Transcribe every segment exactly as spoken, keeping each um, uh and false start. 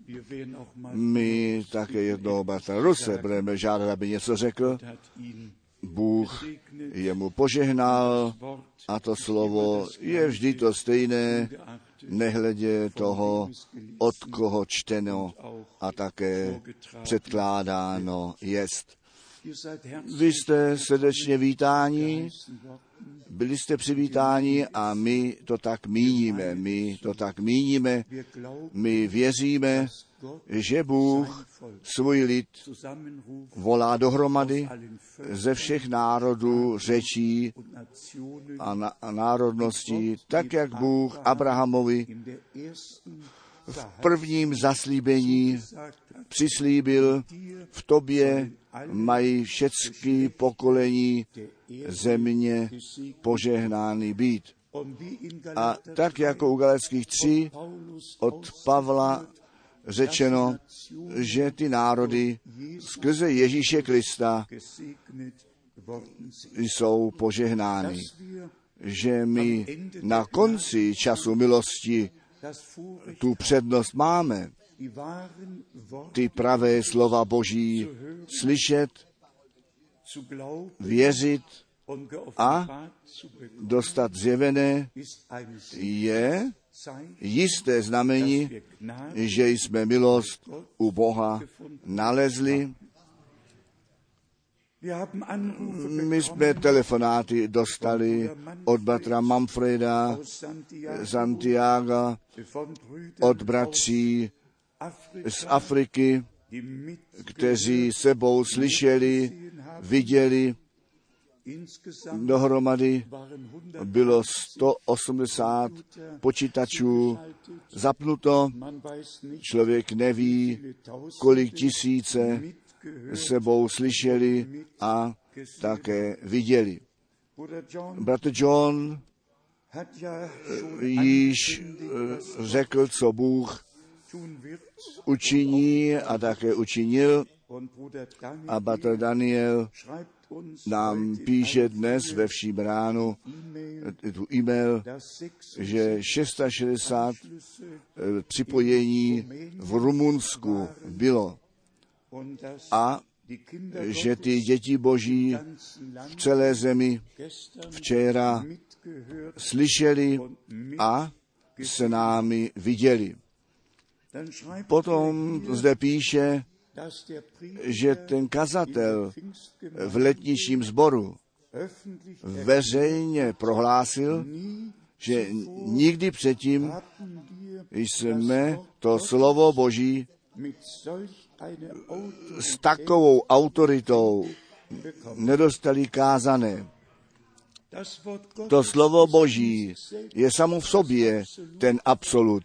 My také jednoho bratra Ruse budeme žádat, aby něco řekl. Bůh jemu požehnal a to slovo je vždy to stejné, nehledě toho, od koho čteno a také předkládáno jest. Vy jste srdečně vítáni, byli jste přivítáni a my to tak míníme, my to tak míníme, my věříme, že Bůh svůj lid volá dohromady ze všech národů, řečí a, na, a národností, tak jak Bůh Abrahamovi v prvním zaslíbení přislíbil, v tobě mají všechny pokolení země požehnány být. A tak jako u Galackých tři od Pavla řečeno, že ty národy skrze Ježíše Krista jsou požehnány. Že my na konci času milosti tu přednost máme, ty pravé slova Boží slyšet, věřit a dostat zjevené je jisté znamení, že jsme milost u Boha nalezli. My jsme telefonáty dostali od bratra Manfreda, Santiago, od bratří z Afriky, kteří sebou slyšeli, viděli. Dohromady bylo sto osmdesát počítačů zapnuto. Člověk neví, kolik tisíce sebou slyšeli a také viděli. Bratr John již řekl, co Bůh učiní a také učinil. A bratr Daniel nám píše dnes ve vším ránu tu e-mail, že šedesát šest připojení v Rumunsku bylo a že ty děti Boží v celé zemi včera slyšeli a s námi viděli. Potom zde píše, že ten kazatel v letničním sboru veřejně prohlásil, že nikdy předtím jsme to slovo Boží s takovou autoritou nedostali kázané. To slovo Boží je samo v sobě ten absolut,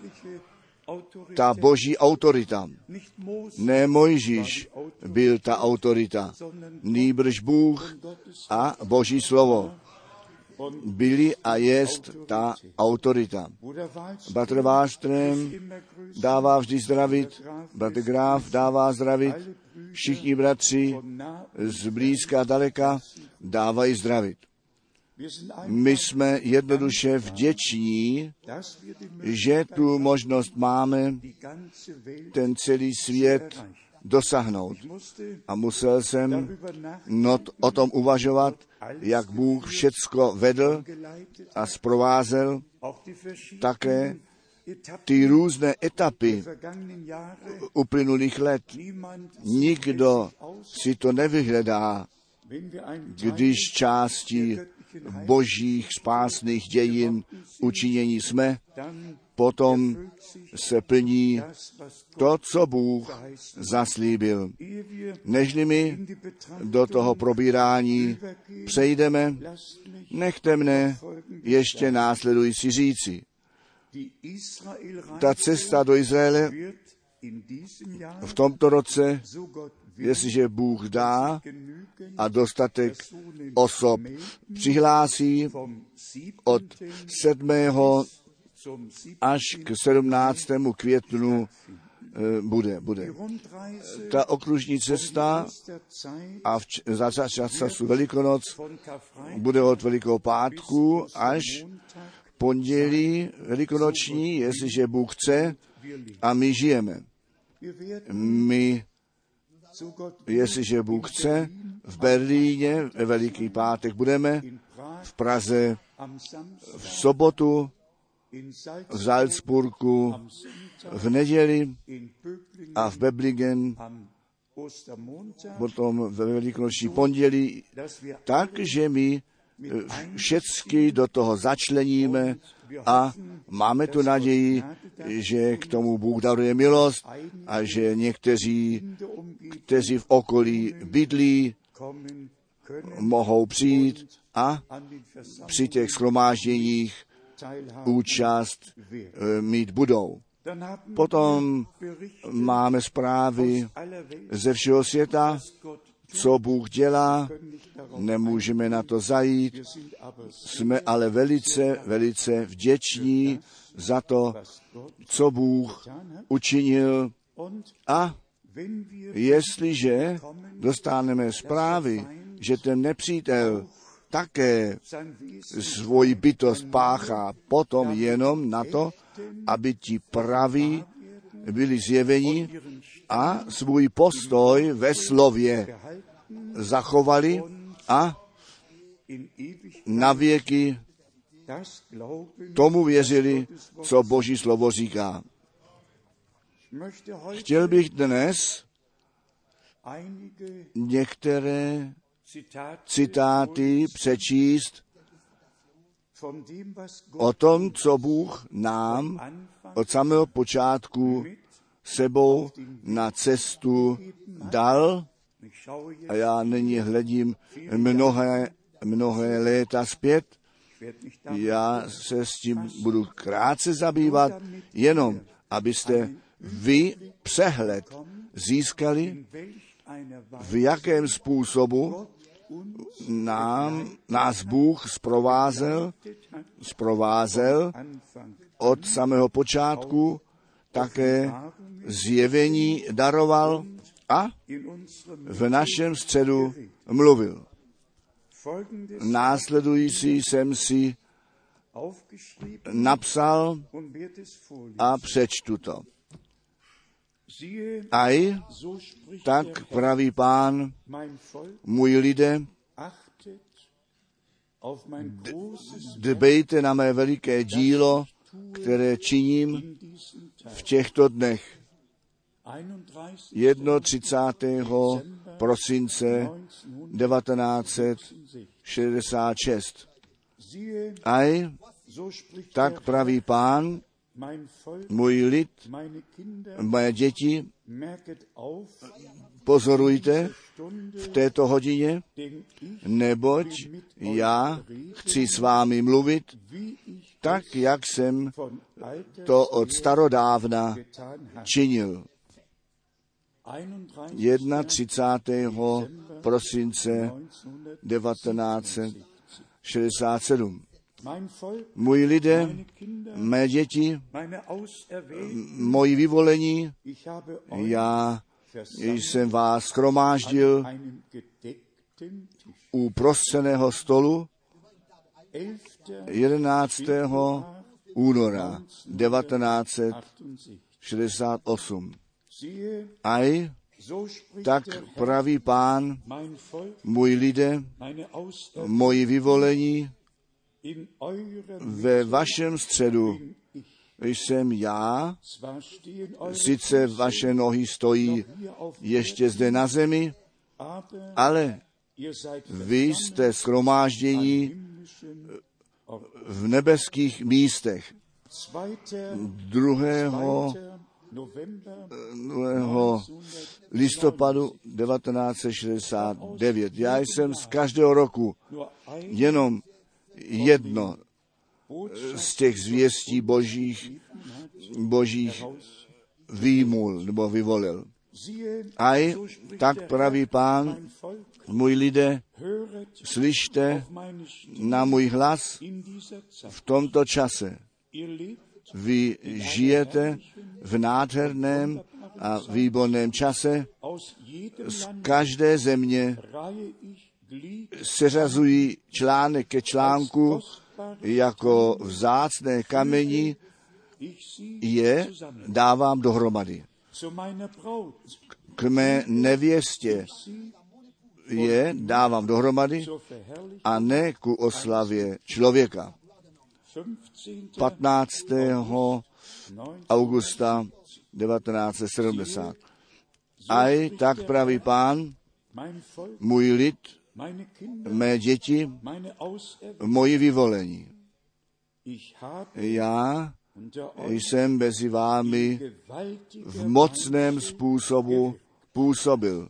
ta Boží autorita. Ne Mojžíš byl ta autorita, nýbrž Bůh a Boží slovo byli a jest ta autorita. Bratr Wallström dává vždy zdravit, bratr Graf dává zdravit, všichni bratři z blízka a daleka dávají zdravit. My jsme jednoduše vděční, že tu možnost máme ten celý svět dosáhnout. A musel jsem not o tom uvažovat, jak Bůh všecko vedl a zprovázel také ty různé etapy uplynulých let. Nikdo si to nevyhledá, když části božích spásných dějin učinění jsme, potom se plní to, co Bůh zaslíbil. Nežli my do toho probírání přejdeme, nechte mne ještě následující říci. Ta cesta do Izraele v tomto roce, jestliže Bůh dá a dostatek osob přihlásí od sedmého až k sedmnáctému květnu bude, bude. Ta okružní cesta a v č- za času Velikonoc bude od Velikého pátku až pondělí velikonoční, jestliže Bůh chce a my žijeme. My, jestliže Bůh chce, v Berlíně ve Veliký pátek budeme, v Praze v sobotu, v Salzburgu v neděli a v Böblingen potom ve Velikonoční pondělí, takže my všecky do toho začleníme a máme tu naději, že k tomu Bůh daruje milost a že někteří, kteří v okolí bydlí, mohou přijít a při těch shromážděních účast mít budou. Potom máme zprávy ze všeho světa, co Bůh dělá, nemůžeme na to zajít, jsme ale velice, velice vděční za to, co Bůh učinil a jestliže dostaneme zprávy, že ten nepřítel také svoji bytost páchá potom jenom na to, aby ti praví byli zjeveni a svůj postoj ve slově zachovali a navěky tomu věřili, co Boží slovo říká. Chtěl bych dnes některé citáty přečíst o tom, co Bůh nám od samého počátku sebou na cestu dal. A já nyní hledím mnohé, mnohé léta zpět. Já se s tím budu krátce zabývat, jenom abyste vy přehled získali, v jakém způsobu nám, nás Bůh zprovázel, zprovázel od samého počátku, také zjevení daroval a v našem středu mluvil. Následující jsem si napsal a přečtu to. Aj, tak praví Pán, můj lidé, dbejte na mé veliké dílo, které činím v těchto dnech. třicátého prvního prosince devatenáct set šedesát šest. Aj, tak praví Pán, můj lid, moje děti, pozorujte v této hodině, neboť já chci s vámi mluvit tak, jak jsem to od starodávna činil. třicátého prvního prosince devatenáct set šedesát sedm. Můj lidé, mé děti, moji vyvolení, já jsem vás shromáždil u prostřeného stolu jedenáctého února devatenáct set šedesát osm. Aj, tak praví Pán, můj lidé, moji vyvolení, ve vašem středu jsem já, sice vaše nohy stojí ještě zde na zemi, ale vy jste shromáždění v nebeských místech. druhého listopadu devatenáct set šedesát devět. Já jsem z každého roku jenom jedno z těch zvěstí božích, božích výjmul nebo vyvolil. Aj, tak praví Pán, můj lidé, slyšte na můj hlas v tomto čase. Vy žijete v nádherném a výborném čase. Z každé země seřazují článek ke článku jako vzácné kameni, je dávám dohromady. k mé nevěstě je dávám dohromady a ne ku oslavě člověka. patnáctého augusta devatenáct set sedmdesát. Aj tak praví Pán, můj lid, mé děti, moji vyvolení. Já jsem mezi vámi v mocném způsobu působil.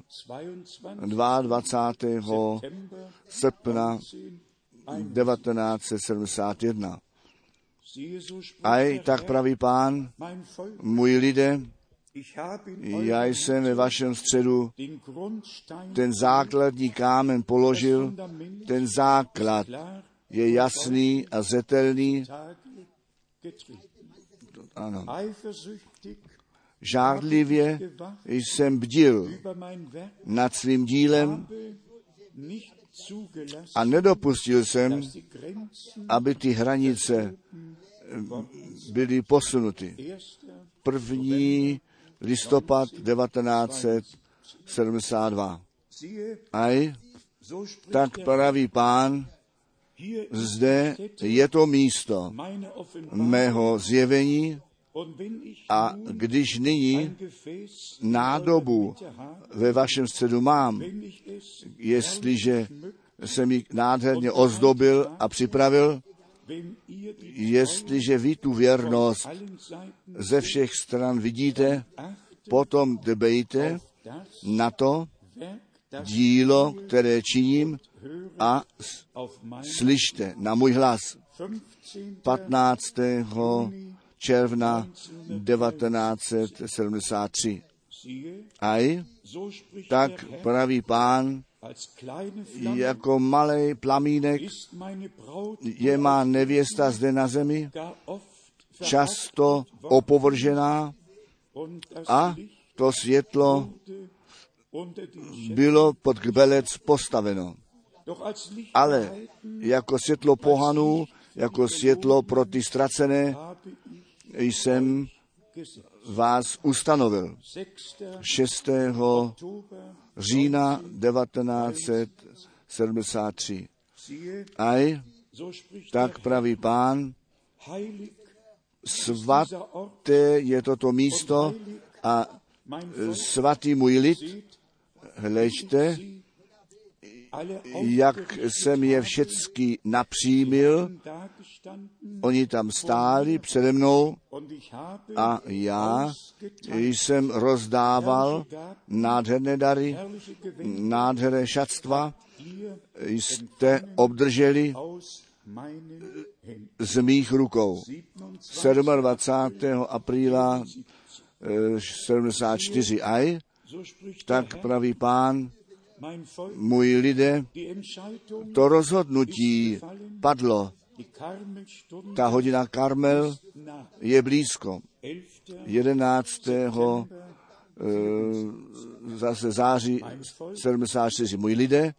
dvacátého druhého srpna devatenáct set sedmdesát jedna. Aj tak praví Pán, můj lidé, já jsem ve vašem středu ten základní kámen položil, ten základ je jasný a zřetelný. Ano. Žádlivě jsem bdil nad svým dílem a nedopustil jsem, aby ty hranice byly posunuty. První listopad devatenáct set sedmdesát dva. Aj tak praví Pán, zde je to místo mého zjevení a když nyní nádobu ve vašem středu mám, jestliže jsem ji nádherně ozdobil a připravil, jestliže vy tu věrnost ze všech stran vidíte, potom dbejte na to dílo, které činím, a slyšte na můj hlas. patnáctého června devatenáct set sedmdesát tři. Aj tak praví Pán, jako malý plamínek je má nevěsta zde na zemi, často opovržená, a to světlo bylo pod kbelec postaveno. Ale jako světlo pohanů, jako světlo pro ty ztracené, jsem vás ustanovil. šestého října devatenáct set sedmdesát tři. Aj tak praví Pán, svaté je toto místo a svatý můj lid, hleďte, jak jsem je všecky napřímil, oni tam stáli přede mnou a já jsem rozdával nádherné dary, nádherné šatstva, jste obdrželi z mých rukou. dvacátého sedmého apríla sedmdesát čtyři. Aj tak praví Pán, můj lidé, to rozhodnutí padlo. Ta hodina Karmel je blízko. jedenáctého zase září sedmdesát čtyři. Můj lidé,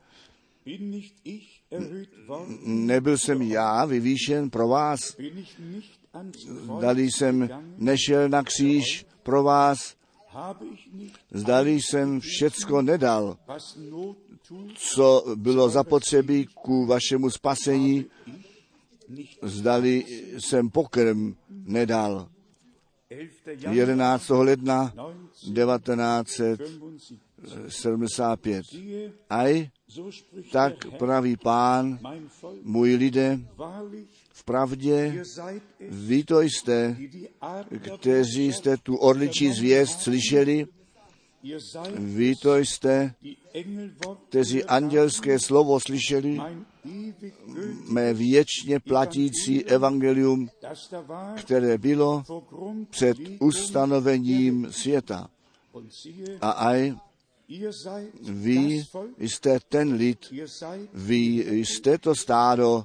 nebyl jsem já vyvýšen pro vás. Zdali jsem nešel na kříž pro vás, zdali jsem všecko nedal, co bylo zapotřebí ku vašemu spasení, zdali jsem pokrm nedal. jedenáctého ledna devatenáct set sedmdesát pět. Aj tak praví Pán, můj lidé, vpravdě vy to jste, kteří jste tu orličí zvěst slyšeli, vy to jste, kteří andělské slovo slyšeli, mé věčně platící evangelium, které bylo před ustanovením světa. A aj vy jste ten lid, vy jste to stádo,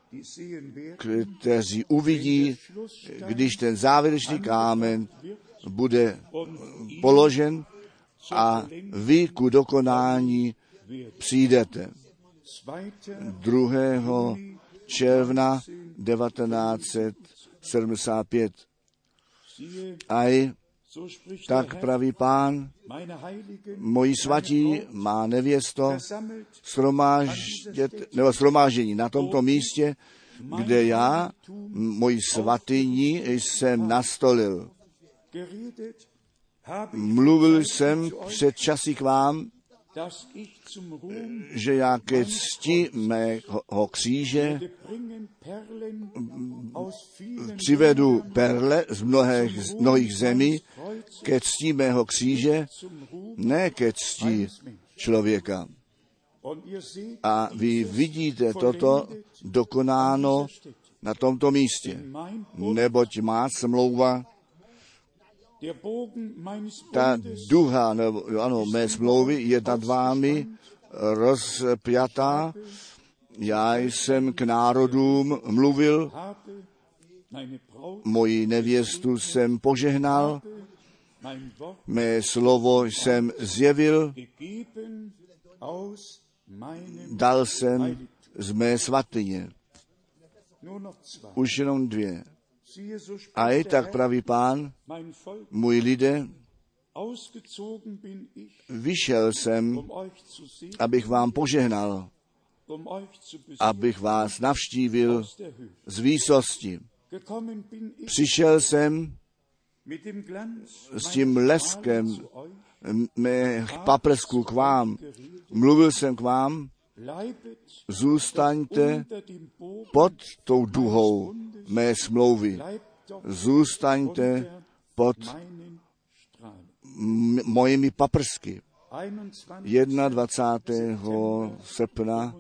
kteří uvidí, když ten závěrečný kámen bude položen a vy ku dokonání přijdete. druhého června devatenáct set sedmdesát pět. Aj Tak praví Pán, moji svatí, má nevěsto, shromáždět, nebo shromáždění na tomto místě, kde já, moji svatyni, jsem nastolil. Mluvil jsem před časy k vám, že já ke cti mého kříže přivedu perle z mnohých, z mnohých zemí ke cti mého kříže, ne ke cti člověka. A vy vidíte toto dokonáno na tomto místě, neboť má smlouva, ta duha, nebo, ano, mé smlouvy je nad vámi rozpjatá. Já jsem k národům mluvil, moji nevěstu jsem požehnal, mé slovo jsem zjevil, dal jsem z mé svatyně. Už jenom dvě. A i tak praví Pán, můj lidé, vyšel jsem, abych vám požehnal, abych vás navštívil z výsosti. Přišel jsem s tím leskem mých paprsků k vám, mluvil jsem k vám, zůstaňte pod tou duhou mé smlouvy, zůstaňte pod m- mojimi paprsky. dvacátého prvního srpna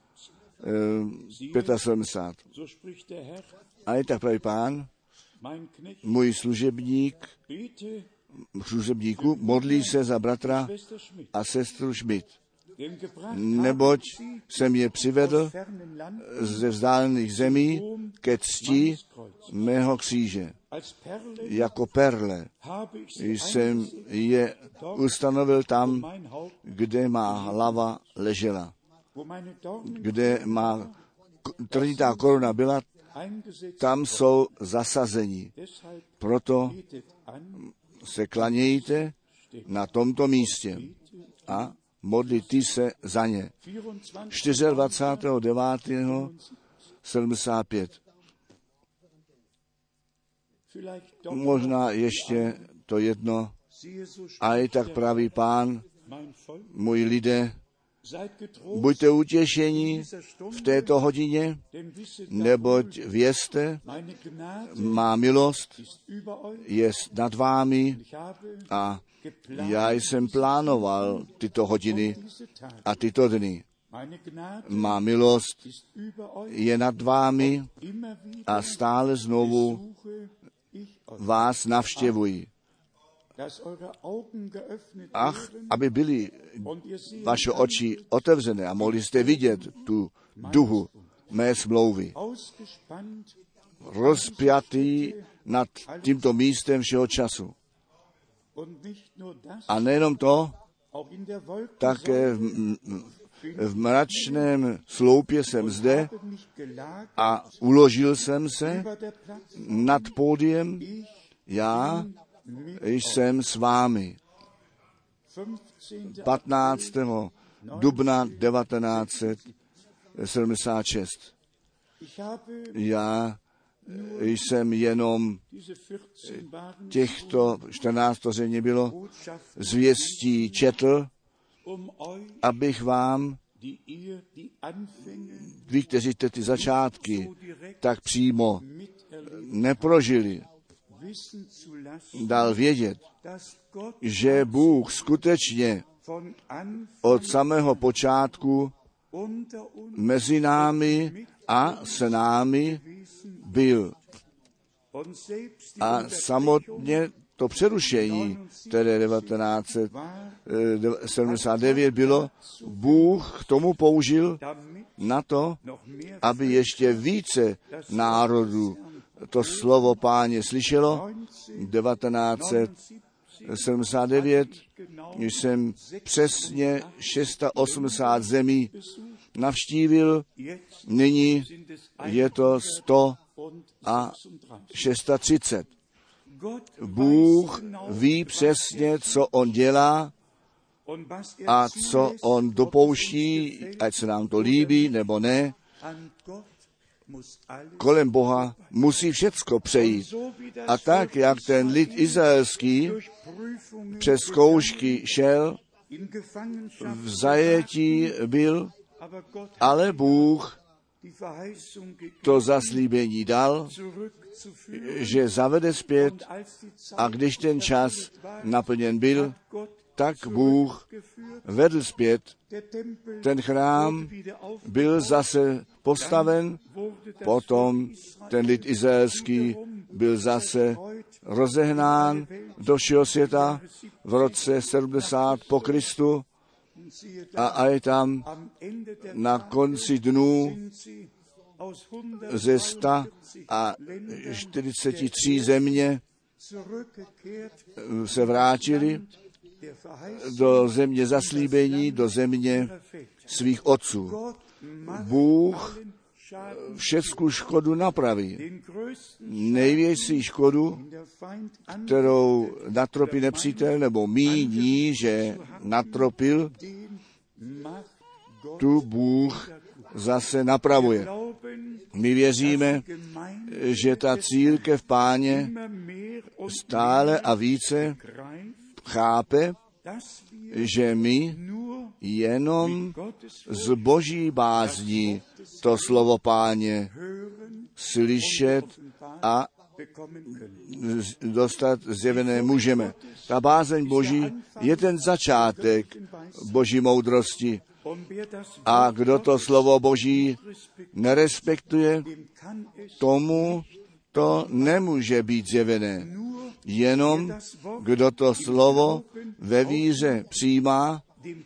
eh, sedmdesát pět. A je tak praví Pán, můj služebník, služebníku, modlí se za bratra a sestru Schmidt, neboť jsem je přivedl ze vzdálených zemí ke cti mého kříže. Jako perle jsem je ustanovil tam, kde má hlava ležela. Kde má trnitá koruna byla, tam jsou zasazení. Proto se klanějte na tomto místě a modlitý se za ně. dvacátého devátého sedmdesát pět. Možná ještě to jedno. A i tak praví Pán, můj lidé, buďte utěšení v této hodině, neboť vězte, má milost je nad vámi a já jsem plánoval tyto hodiny a tyto dny. Má milost je nad vámi a stále znovu vás navštěvuji. Ach, aby byly vaše oči otevřené a mohli jste vidět tu duhu mé smlouvy. Rozpjatý nad tímto místem všeho času. A nejenom to, také v, v mračném sloupě jsem zde a uložil jsem se nad pódiem. Já jsem s vámi. patnáctého dubna devatenáct set sedmdesát šest. Já jsem jenom těchto čtrnáct to zřejmě bylo zvěstí četl, abych vám, vy, kteří jste ty začátky tak přímo neprožili, dal vědět, že Bůh skutečně od samého počátku mezi námi a s námi byl. A samotně to přerušení, které devatenáct set sedmdesát devět bylo, Bůh k tomu použil na to, aby ještě více národů to slovo Páně slyšelo. devatenáct set sedmdesát devět jsem přesně osmdesát šest zemí navštívil, nyní je to sto třicet šest. Bůh ví přesně, co on dělá a co on dopouští, ať se nám to líbí nebo ne. Kolem Boha musí všecko přejít. A tak, jak ten lid izraelský přes zkoušky šel, v zajetí byl, ale Bůh to zaslíbení dal, že zavede zpět, a když ten čas naplněn byl, tak Bůh vedl zpět. Ten chrám byl zase postaven, potom ten lid izraelský byl zase rozehnán do všeho světa v roce sedmdesát po Kristu a, a je tam na konci dnů ze sta čtyřiceti tří země se vrátili do země zaslíbení, do země svých otců. Bůh všecku škodu napraví. Největší škodu, kterou natropí nepřítel, nebo míní, že natropil, tu Bůh zase napravuje. My věříme, že ta církev Páně stále a více chápe, že my jenom z boží bázní to slovo Páně slyšet a dostat zjevené můžeme. Ta bázeň boží je ten začátek boží moudrosti. A kdo to slovo boží nerespektuje, tomu to nemůže být zjevené. Jenom kdo to slovo ve víře přijímá,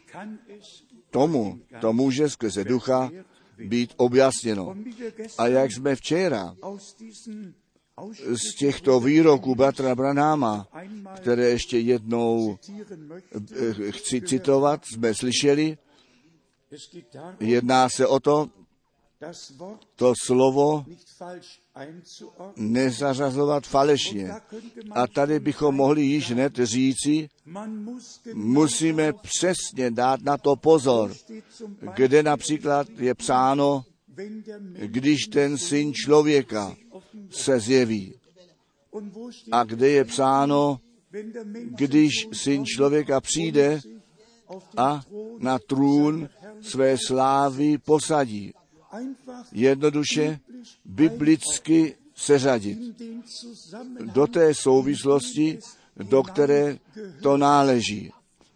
tomu to může skrze ducha být objasněno. A jak jsme včera z těchto výroků bratra Branhama, které ještě jednou chci citovat, jsme slyšeli, jedná se o to, to slovo nezařazovat falešně. A tady bychom mohli již hned říci, musíme přesně dát na to pozor, kde například je psáno, když ten syn člověka se zjeví. A kde je psáno, když syn člověka přijde a na trůn své slávy posadí. Jednoduše biblicky seřadit do té souvislosti, do které to náleží.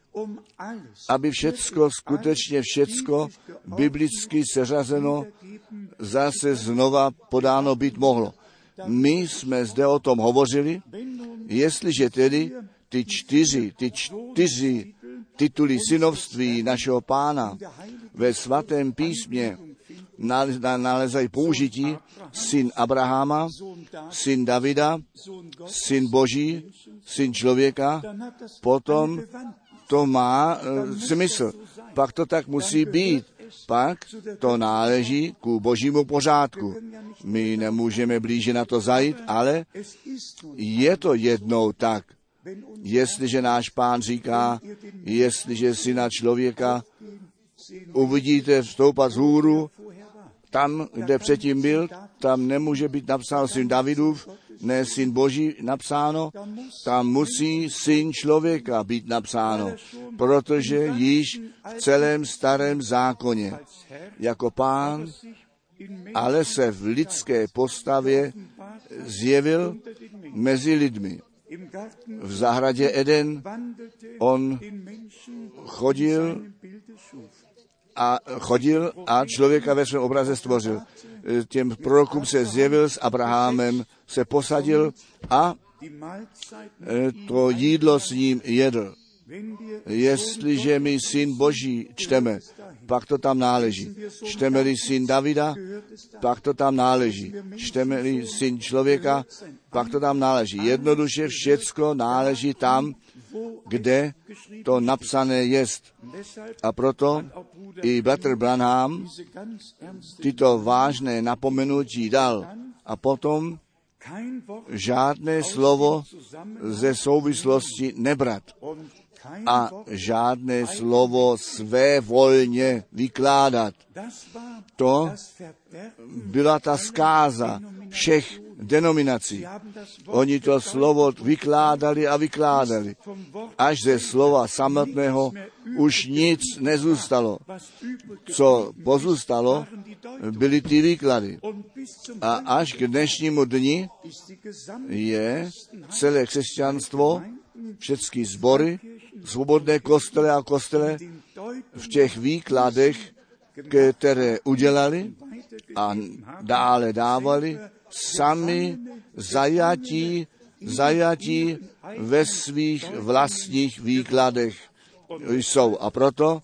Aby všecko, skutečně všecko biblicky seřazeno zase znova podáno být mohlo. My jsme zde o tom hovořili, jestliže tedy ty čtyři, ty čtyři tituly synovství našeho Pána ve svatém písmě nalezají použití, syn Abrahama, syn Davida, syn Boží, syn člověka, potom to má uh, smysl. Pak to tak musí být. Pak to náleží ku božímu pořádku. My nemůžeme blíže na to zajít, ale je to jednou tak. Jestliže náš Pán říká, jestliže syna člověka uvidíte vstoupat z hůru, tam, kde předtím byl, tam nemůže být napsáno syn Davidův, ne syn Boží napsáno, tam musí syn člověka být napsáno, protože již v celém starém zákoně jako Pán, ale se v lidské postavě zjevil mezi lidmi. V zahradě Eden on chodil a chodil a člověka ve svém obraze stvořil. Těm prorokům se zjevil, s Abrahamem se posadil a to jídlo s ním jedl. Jestliže my syn Boží čteme, pak to tam náleží. Čteme-li syn Davida, pak to tam náleží. Čteme-li syn člověka, pak to tam náleží. Jednoduše všecko náleží tam, kde to napsané jest. A proto i bratr Branham tyto vážné napomenutí dal. A potom žádné slovo ze souvislosti nebrat a žádné slovo svévolně vykládat. To byla ta zkáza všech denominací. Oni to slovo vykládali a vykládali. Až ze slova samotného už nic nezůstalo. Co pozůstalo, byly ty výklady. A až k dnešnímu dni je celé křesťanstvo, všechny sbory, svobodné kostele a kostele v těch výkladech, které udělali a dále dávali, sami zajatí, zajatí ve svých vlastních výkladech jsou. A proto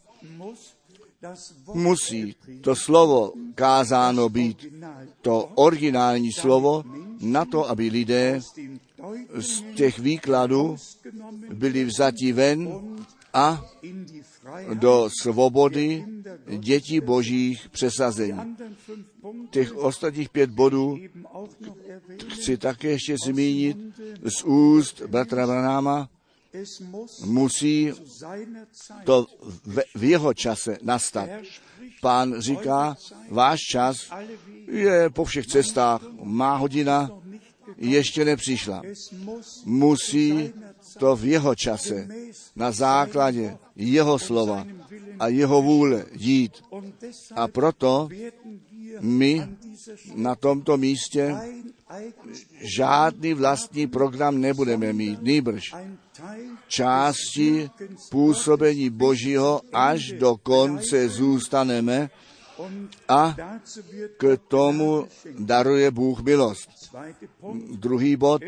musí to slovo kázáno být, to originální slovo, na to, aby lidé z těch výkladů byli vzati ven a do svobody dětí božích přesazení. Těch ostatních pět bodů chci také ještě zmínit z úst bratra Branhama. Musí to v jeho čase nastat. Pán říká, váš čas je po všech cestách, má hodina ještě nepřišla. Musí to v jeho čase, na základě jeho slova a jeho vůle jít. A proto my na tomto místě žádný vlastní program nebudeme mít, nýbrž části působení Božího až do konce zůstaneme a k tomu daruje Bůh milost. Druhý bod,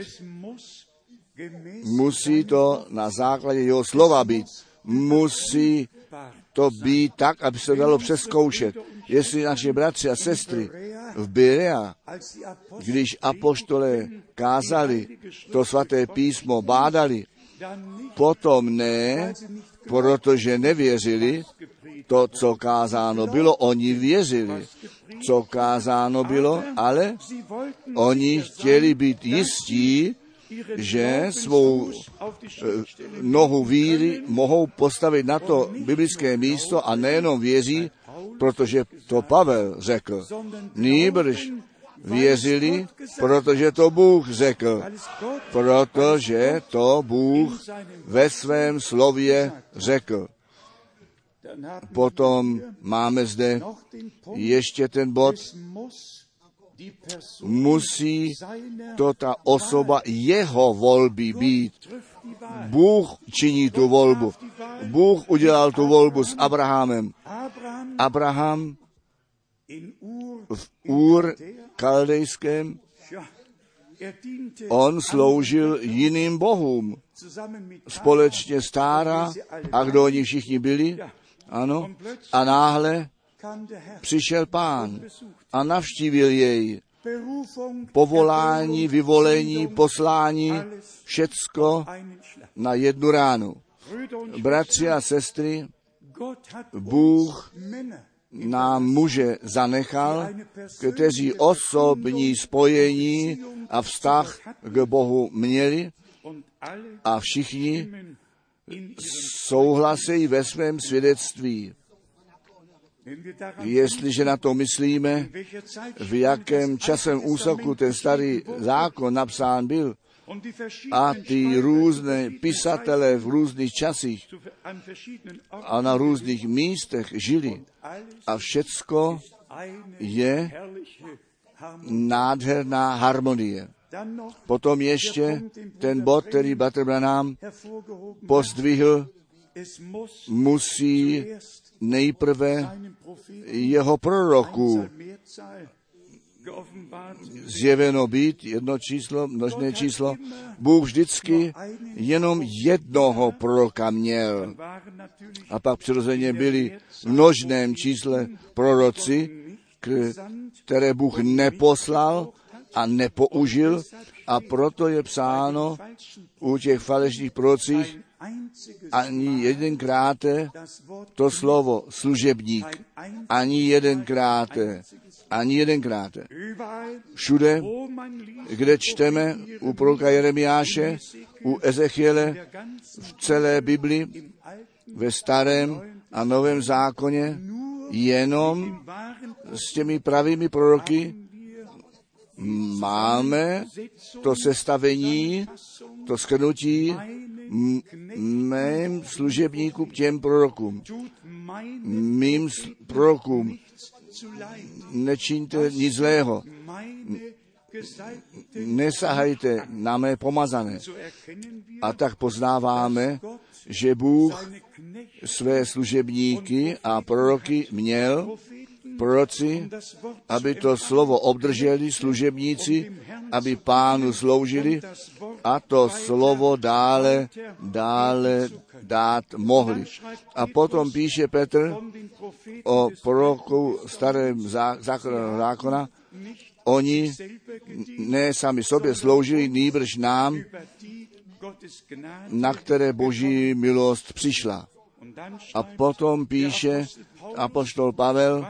musí to na základě jeho slova být. Musí to být tak, aby se dalo přezkoušet. Jestli naši bratři a sestry v Berea, když apoštole kázali, to svaté písmo bádali, potom ne, protože nevěřili, to, co kázáno bylo, oni věřili, co kázáno bylo, ale oni chtěli být jistí, že svou nohu víry mohou postavit na to biblické místo a nejenom věří, protože to Pavel řekl. Nýbrž věřili, protože to Bůh řekl, protože to Bůh ve svém slově řekl. Potom máme zde ještě ten bod, musí to ta osoba jeho volby být. Bůh činí tu volbu. Bůh udělal tu volbu s Abrahamem. Abraham v Ur kaldejském, on sloužil jiným bohům. Společně s Tára, a kdo oni všichni byli, ano, a náhle přišel Pán a navštívil jej. Povolání, vyvolení, poslání, všecko na jednu ránu. Bratři a sestry, Bůh nám muže zanechal, kteří osobní spojení a vztah k Bohu měli a všichni souhlasí ve svém svědectví. Jestliže na to myslíme, v jakém časem úseku ten starý zákon napsán byl a ty různé pisatele v různých časích a na různých místech žili a všecko je nádherná harmonie. Potom ještě ten bod, který Bratr Branham pozdvihl, musí nejprve jeho proroků zjeveno být, jedno číslo, množné číslo. Bůh vždycky jenom jednoho proroka měl. A pak přirozeně byli v množném čísle proroci, které Bůh neposlal a nepoužil, a proto je psáno u těch falešných prorocích ani jedenkrát to slovo služebník, ani jedenkrát Ani jedenkrát. Všude, kde čteme u proroka Jeremiáše, u Ezechiele, v celé Bibli, ve starém a novém zákoně, jenom s těmi pravými proroky máme to sestavení, to shrnutí mým služebníkům, těm prorokům. Mým prorokům nečiňte nic zlého. Nesahajte na mé pomazané. A tak poznáváme, že Bůh své služebníky a proroky měl, proroci, aby to slovo obdrželi, služebníci, aby Pánu sloužili a to slovo dále, dále dát mohli. A potom píše Petr o proroku starém zákona, oni ne sami sobě sloužili, nýbrž nám, na které Boží milost přišla. A potom píše apoštol Pavel,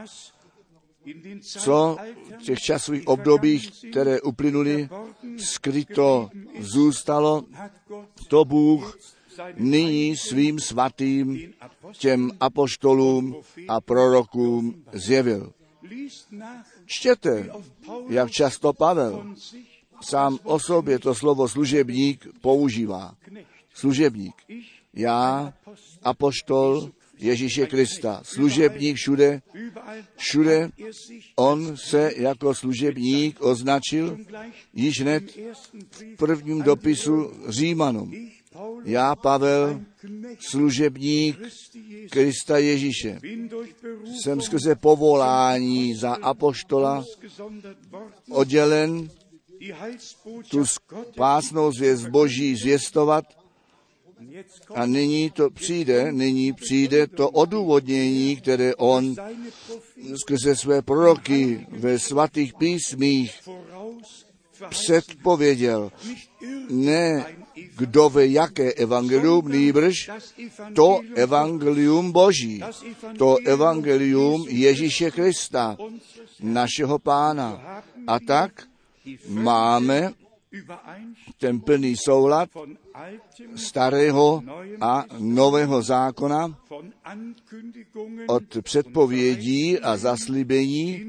co v těch časových obdobích, které uplynuly, skryto zůstalo, to Bůh nyní svým svatým těm apoštolům a prorokům zjevil. Čtěte, jak často Pavel sám o sobě to slovo služebník používá. Služebník. Já, apoštol Ježíše Krista, služebník všude, všude on se jako služebník označil již hned v prvním dopisu Římanům. Já, Pavel, služebník Krista Ježíše, jsem skrze povolání za apoštola oddělen tu spásnou zvěst Boží zvěstovat. A nyní to přijde, nyní přijde to odůvodnění, které on skrze své proroky ve svatých písmích předpověděl. Ne kdo ve jaké evangelium, nýbrž to evangelium Boží, to evangelium Ježíše Krista, našeho Pána. A tak máme ten plný soulad starého a nového zákona od předpovědí a zaslíbení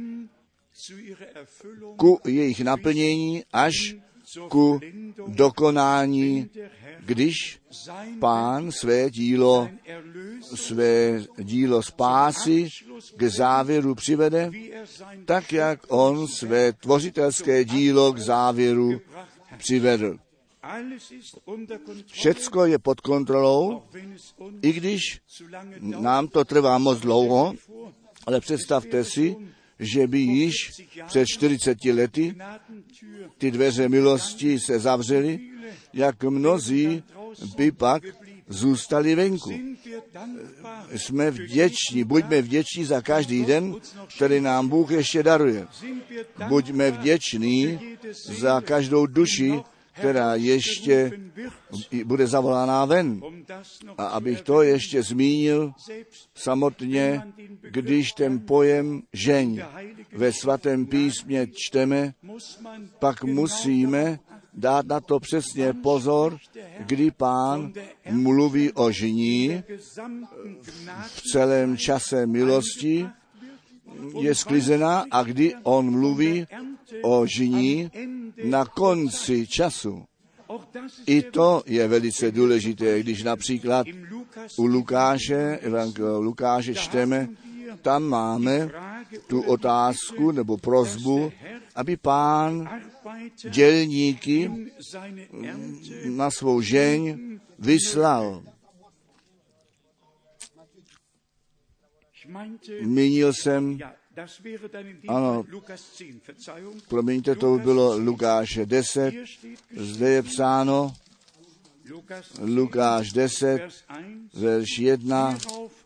ku jejich naplnění až ku dokonání, když Pán své dílo, své dílo spásy k závěru přivede, tak jak on své tvořitelské dílo k závěru přivedl. Všecko je pod kontrolou, i když nám to trvá moc dlouho, ale představte si, že by již před čtyřiceti lety ty dveře milosti se zavřely, jak mnozí by pak zůstali venku. Jsme vděční, buďme vděční za každý den, který nám Bůh ještě daruje. Buďme vděční za každou duši, která ještě bude zavolána ven. A abych to ještě zmínil samotně, když ten pojem žeň ve svatém písmě čteme, pak musíme dát na to přesně pozor, kdy Pán mluví o žení v celém čase milosti, je sklizená, a kdy on mluví o žení na konci času. I to je velice důležité, když například u Lukáše, Evangeliu Lukáše čteme, tam máme tu otázku nebo prosbu, aby Pán dělníky na svou žeň vyslal. Mínil jsem, ano, promiňte, to bylo Lukáše deset, zde je psáno, Lukáš deset, verš jedna,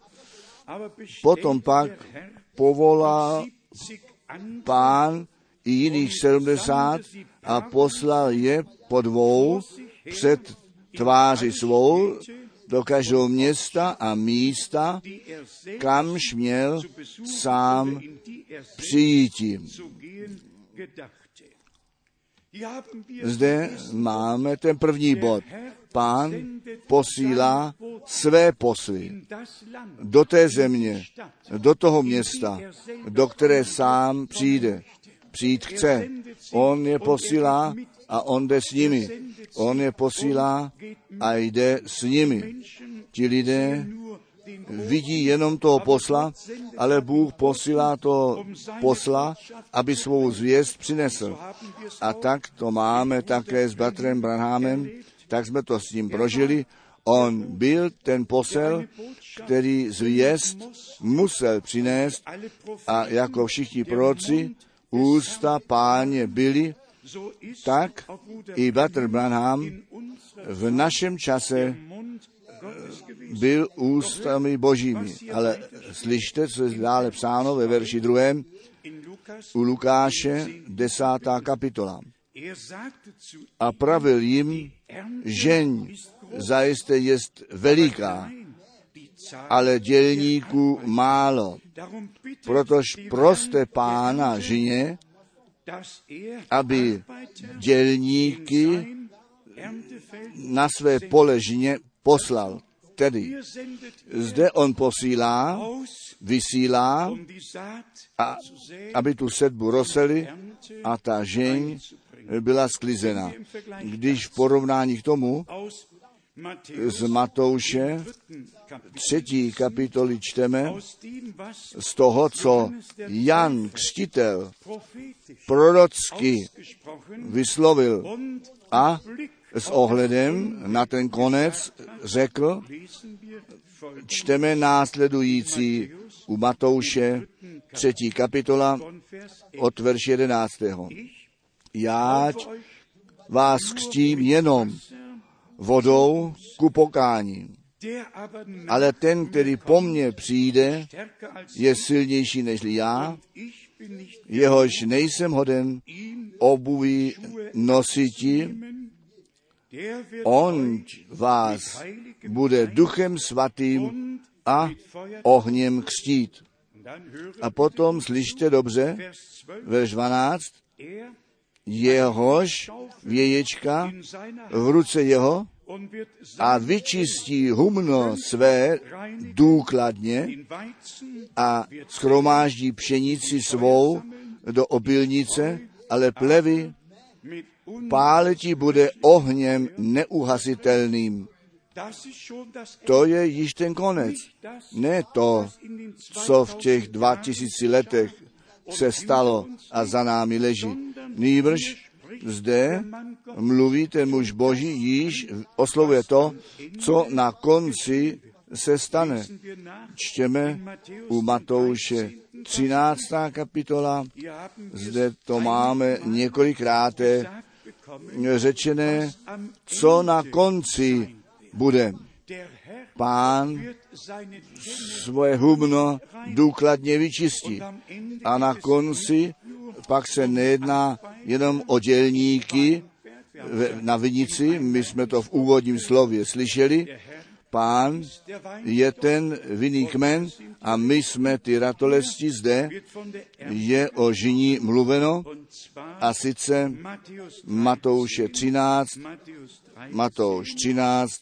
potom pak povolal Pán i jiných sedmdesát a poslal je po dvou před tváři svou do každého města a místa, kamž měl sám přijíti. Zde máme ten první bod. Pán posílá své posly do té země, do toho města, do které sám přijde. Přijít chce. On je posílá a on jde s nimi. On je posílá a jde s nimi. Ti lidé vidí jenom toho posla, ale Bůh posílá toho posla, aby svou zvěst přinesl. A tak to máme také s bratrem Branhamem, tak jsme to s ním prožili. On byl ten posel, který zvěst musel přinést a jako všichni proroci ústa Páně byli, tak i bratr Branham v našem čase byl ústami božími. Ale slyšte, co je dále psáno ve verši druhém u Lukáše, desátá kapitola. A pravil jim, žeň zajisté jest veliká, ale dělníků málo. Protož proste Pána žně, aby dělníky na své pole žně poslal. Tedy zde on posílá, vysílá, a, aby tu sedbu rozseli a ta žeň byla sklizena. Když v porovnání k tomu z Matouše třetí kapitoly čteme z toho, co Jan Křtitel prorocky vyslovil a s ohledem na ten konec řekl, čteme následující u Matouše třetí kapitola od verše jedenáctého. Jáť vás křtím jenom vodou ku pokání. Ale ten, který po mně přijde, je silnější než já, jehož nejsem hoden obuví nositi, on vás bude duchem svatým a ohněm křtít. A potom, slyšte dobře, verš dvanáct, jehož věječka v ruce jeho a vyčistí humno své důkladně a shromáždí pšenici svou do obilnice, ale plevy páletí bude ohněm neuhasitelným. To je již ten konec. Ne to, co v těch dva tisíci letech se stalo a za námi leží. Nýbrž zde mluví ten muž Boží, již oslovuje to, co na konci se stane. Čtěme u Matouše třináctá kapitola, zde to máme několikrát řečené, co na konci bude. Pán svoje humno důkladně vyčistí. A na konci pak se nejedná jenom o dělníky na vinici, my jsme to v úvodním slově slyšeli, Pán je ten vinný kmen a my jsme ty ratolesti zde, je o žní mluveno a sice Matouše třináct, Matouš třináct,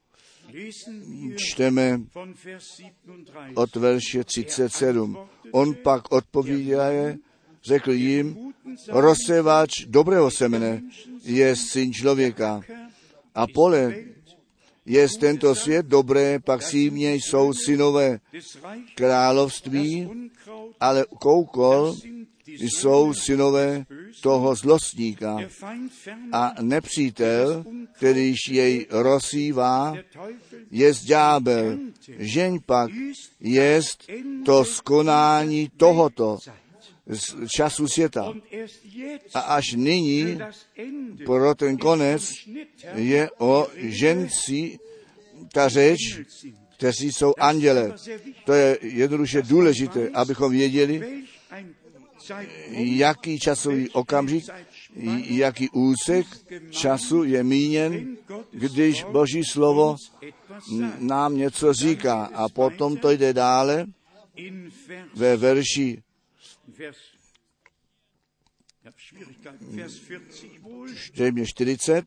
čteme od verše třicet sedm. On pak odpovídaje, řekl jim, rozsévač dobrého semene je syn člověka a pole je tento svět dobré, pak símě jsou synové království, ale koukol jsou synové toho zlostníka. A nepřítel, kterýž jej rozsívá, jest ďábel. Žeň pak jest to skonání tohoto z času světa. A až nyní, pro ten konec, je o ženci ta řeč, kteří jsou anděle. To je jednoduše důležité, abychom věděli, jaký časový okamžik, jaký úsek času je míněn, když Boží slovo nám něco říká. A potom to jde dále ve verši čtyřicet.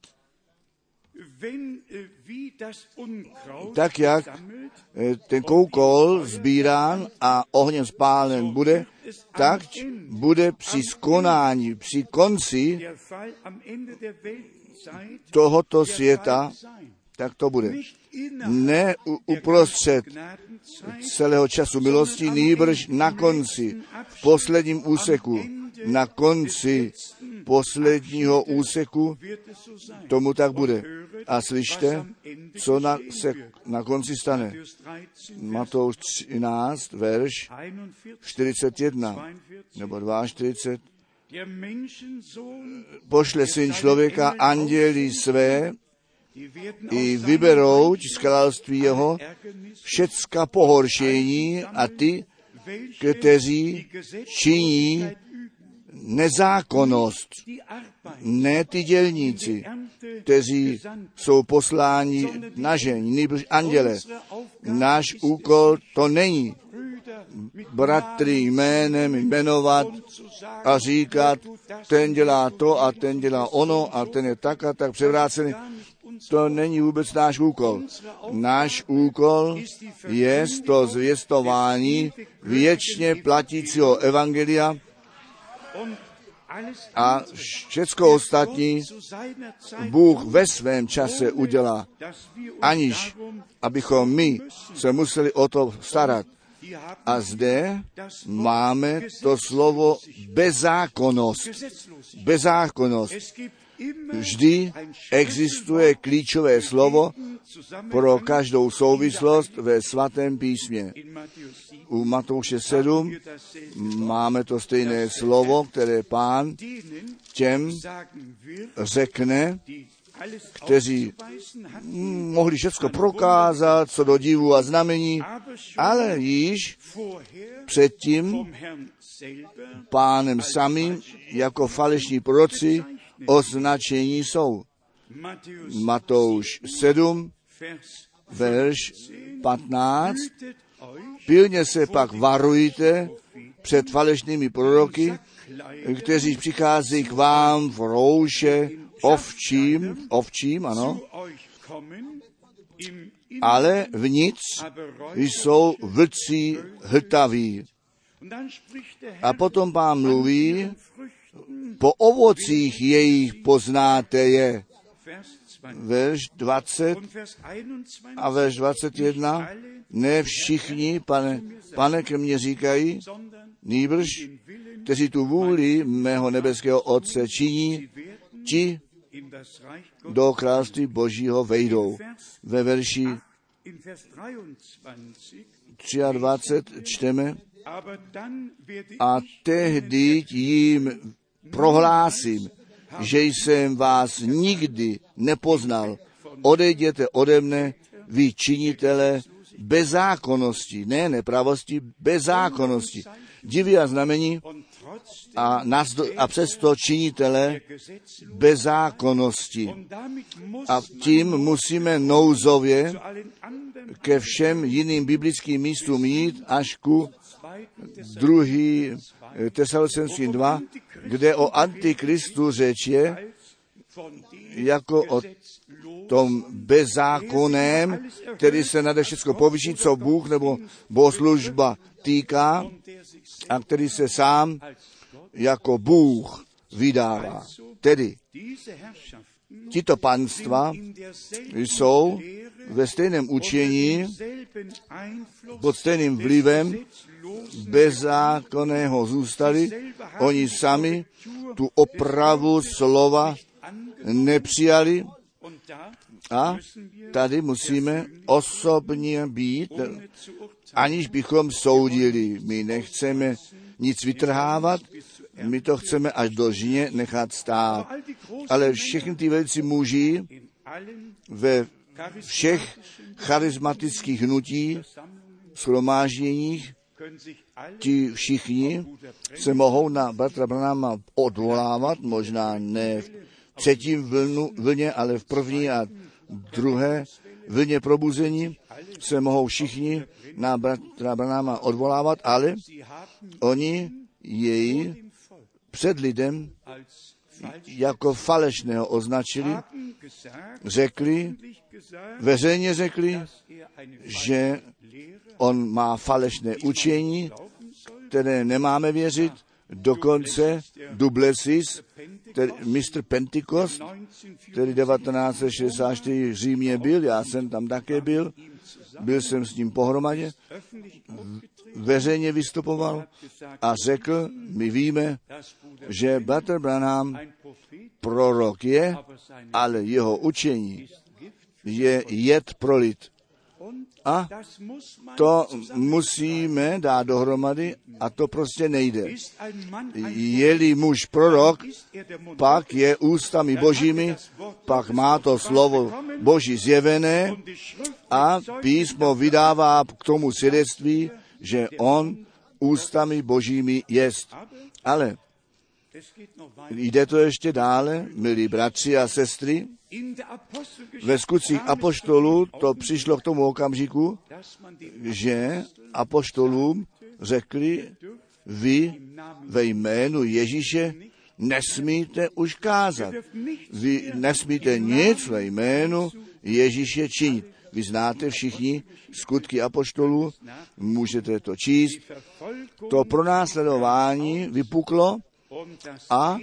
Tak jak ten koukol sbírán a ohněm spálen bude, tak bude při skonání, při konci tohoto světa, tak to bude. Ne uprostřed celého času milosti, nýbrž na konci, v posledním úseku, na konci posledního úseku, tomu tak bude. A slyšte, co na, se na konci stane. Matouš třináct, verš čtyřicet jedna, nebo čtyřicet dva. Pošle syn člověka anděli své, i vyberou z království jeho všecka pohoršení a ty, kteří činí nezákonnost, ne ty dělníci, kteří jsou posláni na žení, nýbrž anděle. Náš úkol to není bratry jménem jmenovat a říkat, ten dělá to a ten dělá ono a ten je tak a tak převrácený. To není vůbec náš úkol. Náš úkol je to zvěstování věčně platícího evangelia a všecko ostatní Bůh ve svém čase udělá, aniž abychom my se museli o to starat. A zde máme to slovo bezzákonnost. Bezzákonnost. Vždy existuje klíčové slovo pro každou souvislost ve svatém písmě. U Matouše sedm máme to stejné slovo, které Pán těm řekne, kteří mohli všecko prokázat, co do divu a znamení, ale již předtím Pánem samým jako falešní proroci označení jsou. Matouš sedm, verš patnáct. Pilně se pak varujte před falešnými proroky, kteří přicházejí k vám v rouše ovčím, ovčím, ano, ale vnitř jsou vlci hltaví. A potom Pán mluví, po ovocích jejich poznáte je. Verš dvacet a verš dvacet jedna. Ne všichni, pane, pane, ke mně říkají, nýbrž, kteří tu vůli mého nebeského Otce činí, ti do království Božího vejdou. Ve verši dvacet tři čteme, a tehdy jim prohlásím, že jsem vás nikdy nepoznal. Odejděte ode mne, vy činitele bezzákonnosti, ne nepravosti, bezzákonnosti. Divy a znamení a, nazdo, a přesto činitele bezzákonnosti. A tím musíme nouzově ke všem jiným biblickým místům jít až ku druhý Tesalonickým dva, kde o Antikristu řeč je, jako o tom bezzákonném, který se nade všecko povyší, co Bůh nebo bohoslužba týká, a který se sám jako Bůh vydává. Tedy tito panstva jsou ve stejném učení, pod stejným vlivem bezzákonného zůstali. Oni sami tu opravu slova nepřijali a tady musíme osobně být, aniž bychom soudili. My nechceme nic vytrhávat, my to chceme až do žně nechat stát. Ale všechny ty velicí muži ve všech charismatických hnutí, shromážděních, ti všichni se mohou na bratra Branhama odvolávat, možná ne v třetím vlnu, vlně, ale v první a druhé vlně probuzení se mohou všichni na bratra Branhama odvolávat, ale oni jej před lidem jako falešného označili, řekli, veřejně řekli, že on má falešné učení, které nemáme věřit, dokonce Duplessis, mistr Pentecost, který devatenáct set šedesát čtyři v Římě byl, já jsem tam také byl, byl jsem s ním pohromadě, veřejně vystupoval a řekl, my víme, že bratr Branham prorok je, ale jeho učení je jed pro lid. A to musíme dát dohromady a to prostě nejde. Je-li muž prorok, pak je ústami božími, pak má to slovo Boží zjevené a písmo vydává k tomu svědectví, že on ústami božími jest. Ale jde to ještě dále, milí bratři a sestry. Ve skutcích apoštolů to přišlo k tomu okamžiku, že apoštolům řekli, vy ve jménu Ježíše nesmíte už kázat. Vy nesmíte nic ve jménu Ježíše činit. Vy znáte všichni skutky apoštolů, můžete to číst. To pronásledování vypuklo a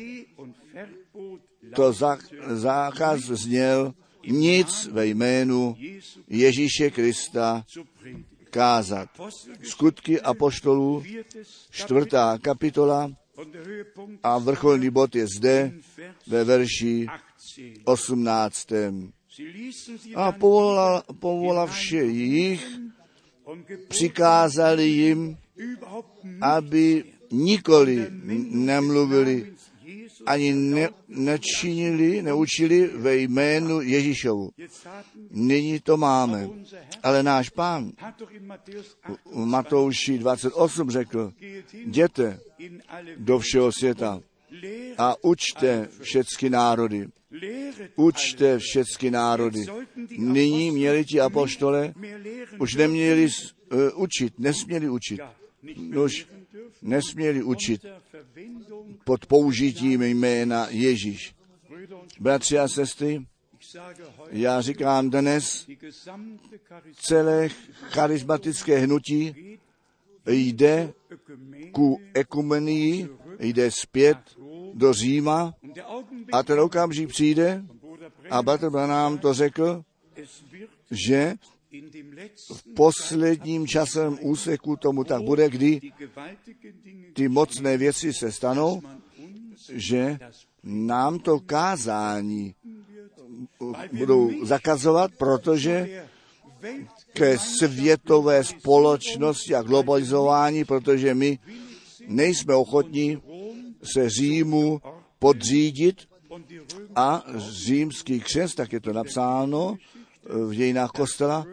to zákaz zněl nic ve jménu Ježíše Krista kázat. Skutky apoštolů, čtvrtá kapitola a vrcholný bod je zde ve verši osmnáctém. A povolal, povolavši jich, přikázali jim, aby nikoli nemluvili, ani ne, nečinili, neučili ve jménu Ježíšovu. Nyní to máme. Ale náš Pán v Matouši dvacet osm řekl, jděte do všeho světa a učte všechny národy. Učte všechny národy. Nyní měli ti apoštole, už neměli uh, učit, nesměli učit. Už nesměli učit pod použitím jména Ježíš. Bratři a sestry, já říkám dnes, celé charismatické hnutí jde ku ekumenii, jde zpět do Říma a ten okamžik přijde a bratr Branham to řekl, že v posledním časovém úseku tomu tak bude, kdy ty mocné věci se stanou, že nám to kázání budou zakazovat, protože ke světové společnosti a globalizování, protože my nejsme ochotní se Římu podřídit a římský křest, tak je to napsáno v dějinách kostela,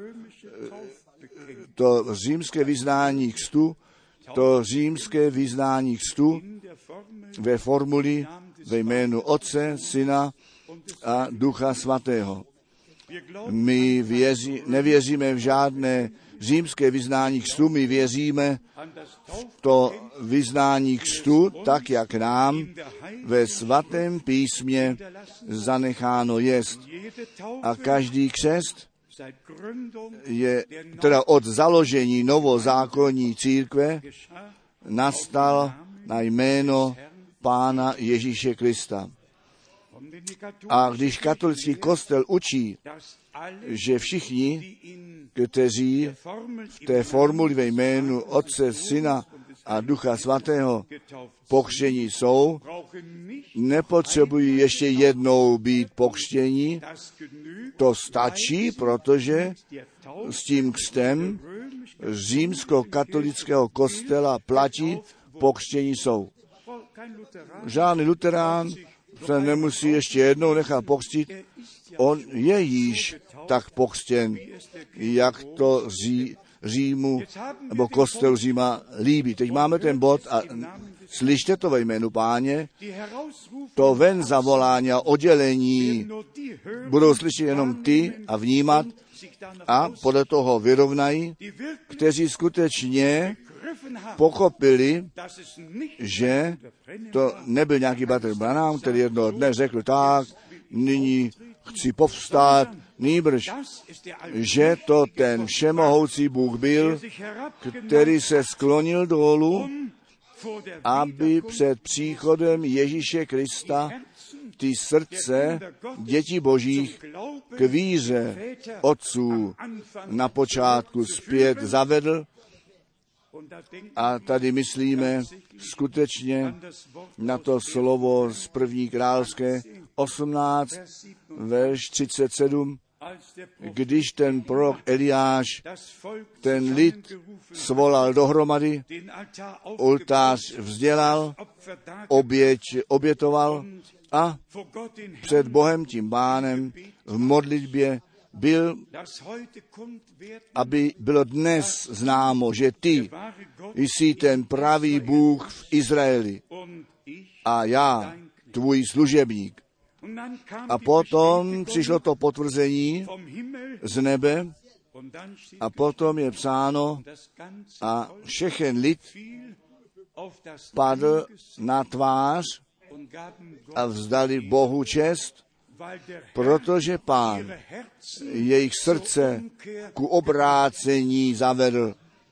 to římské vyznání křtu, to římské vyznání křtu ve formuli ve jménu Otce, Syna a Ducha Svatého. My věří, nevěříme v žádné římské vyznání křtu, my věříme v to vyznání křtu, tak jak nám ve svatém písmě zanecháno jest. A každý křest je teda od založení novozákonní církve nastal na jméno Pána Ježíše Krista. A když katolický kostel učí, že všichni, kteří v té formuli ve jménu Otce, Syna a Ducha Svatého pokřtění jsou, nepotřebují ještě jednou být pokřtění. To stačí, protože s tím křtem římskokatolického kostela platí, pokřtění jsou. Žádný luterán se nemusí ještě jednou nechat pokřtít. On je již tak pokřtěn, jak to Ří, Římu nebo kostel Říma líbí. Teď máme ten bod a slyšte to ve jménu Páně, to ven zavolání a oddělení budou slyšet jenom ty a vnímat, a podle toho vyrovnají, kteří skutečně pochopili, že to nebyl nějaký bratr Branham, který jednoho dne řekl tak, nyní chci povstát, nýbrž, že to ten všemohoucí Bůh byl, který se sklonil dolů, aby před příchodem Ježíše Krista ty srdce dětí božích k víře otců na počátku zpět zavedl. A tady myslíme skutečně na to slovo z první královské osmnáct, verš třicet sedm, když ten prorok Eliáš ten lid svolal dohromady, oltář vzdělal, oběť obětoval a před Bohem tím Pánem v modlitbě byl, aby bylo dnes známo, že ty jsi ten pravý Bůh v Izraeli a já, tvůj služebník. A potom přišlo to potvrzení z nebe a potom je psáno a všechen lid padl na tvář a vzdali Bohu čest, protože Pán jejich srdce ku obrácení zavedl.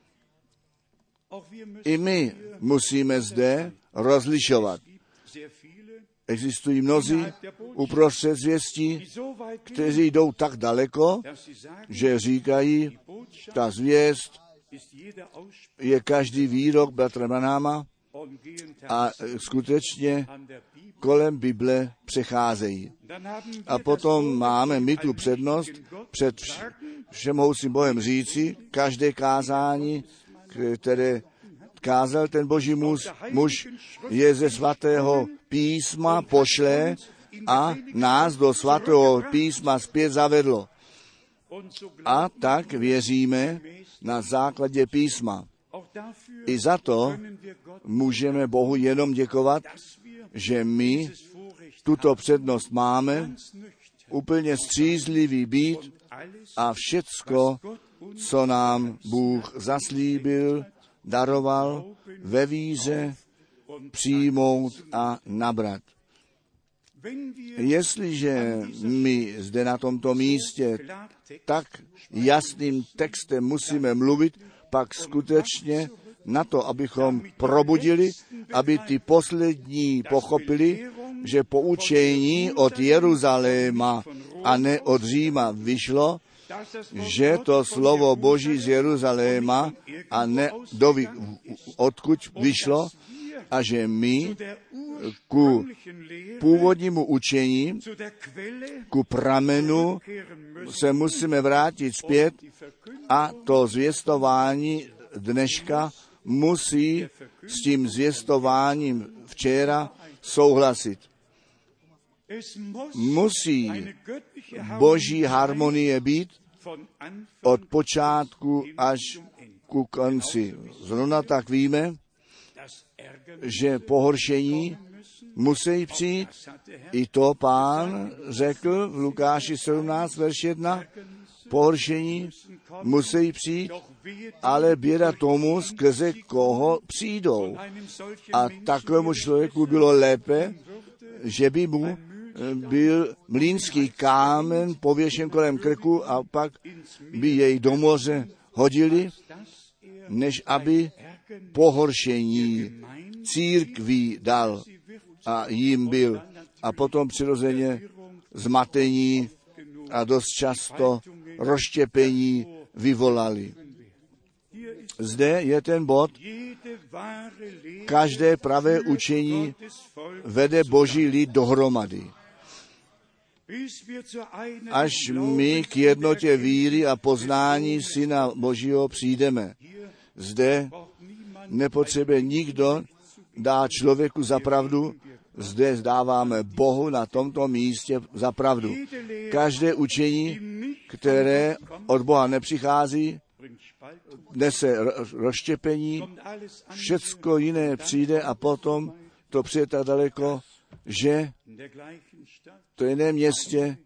I my musíme zde rozlišovat. Existují mnozí uprostřed zvěstí, kteří jdou tak daleko, že říkají, ta zvěst je každý výrok bratra Branhama a skutečně kolem Bible přecházejí. A potom máme my tu přednost před všemohoucím Bohem říci, každé kázání, které kázal ten boží muž, muž je ze svatého písma pošle a nás do svatého písma zpět zavedlo. A tak věříme na základě písma. I za to můžeme Bohu jenom děkovat, že my tuto přednost máme, úplně střízlivý být a všecko, co nám Bůh zaslíbil, daroval, ve víře přijmout a nabrat. Jestliže my zde na tomto místě tak jasným textem musíme mluvit, pak skutečně na to, abychom probudili, aby ty poslední pochopili, že poučení od Jeruzaléma a ne od Říma vyšlo, že to slovo Boží z Jeruzaléma a ne doví, odkud vyšlo, a že my ku původnímu učení, ku pramenu se musíme vrátit zpět a to zvěstování dneška musí s tím zvěstováním včera souhlasit. Musí boží harmonie být od počátku až ku konci. Zrovna tak víme, že pohoršení musí přijít. I to Pán řekl v Lukáši sedmnáct, verš jedna, pohoršení musí přijít, ale běda tomu, skrze koho přijdou. A takovému člověku bylo lépe, že by mu byl mlýnský kámen pověšen kolem krku a pak by jej do moře hodili, než aby pohoršení církví dal a jim byl. A potom přirozeně zmatení a dost často rozštěpení vyvolali. Zde je ten bod, každé pravé učení vede boží lid dohromady. Až my k jednotě víry a poznání Syna Božího přijdeme. Zde nepotřebuje nikdo dát člověku za pravdu, zde zdáváme Bohu na tomto místě za pravdu. Každé učení, které od Boha nepřichází, nese rozštěpení, všecko jiné přijde a potom to přijde tak daleko, že to jiné městě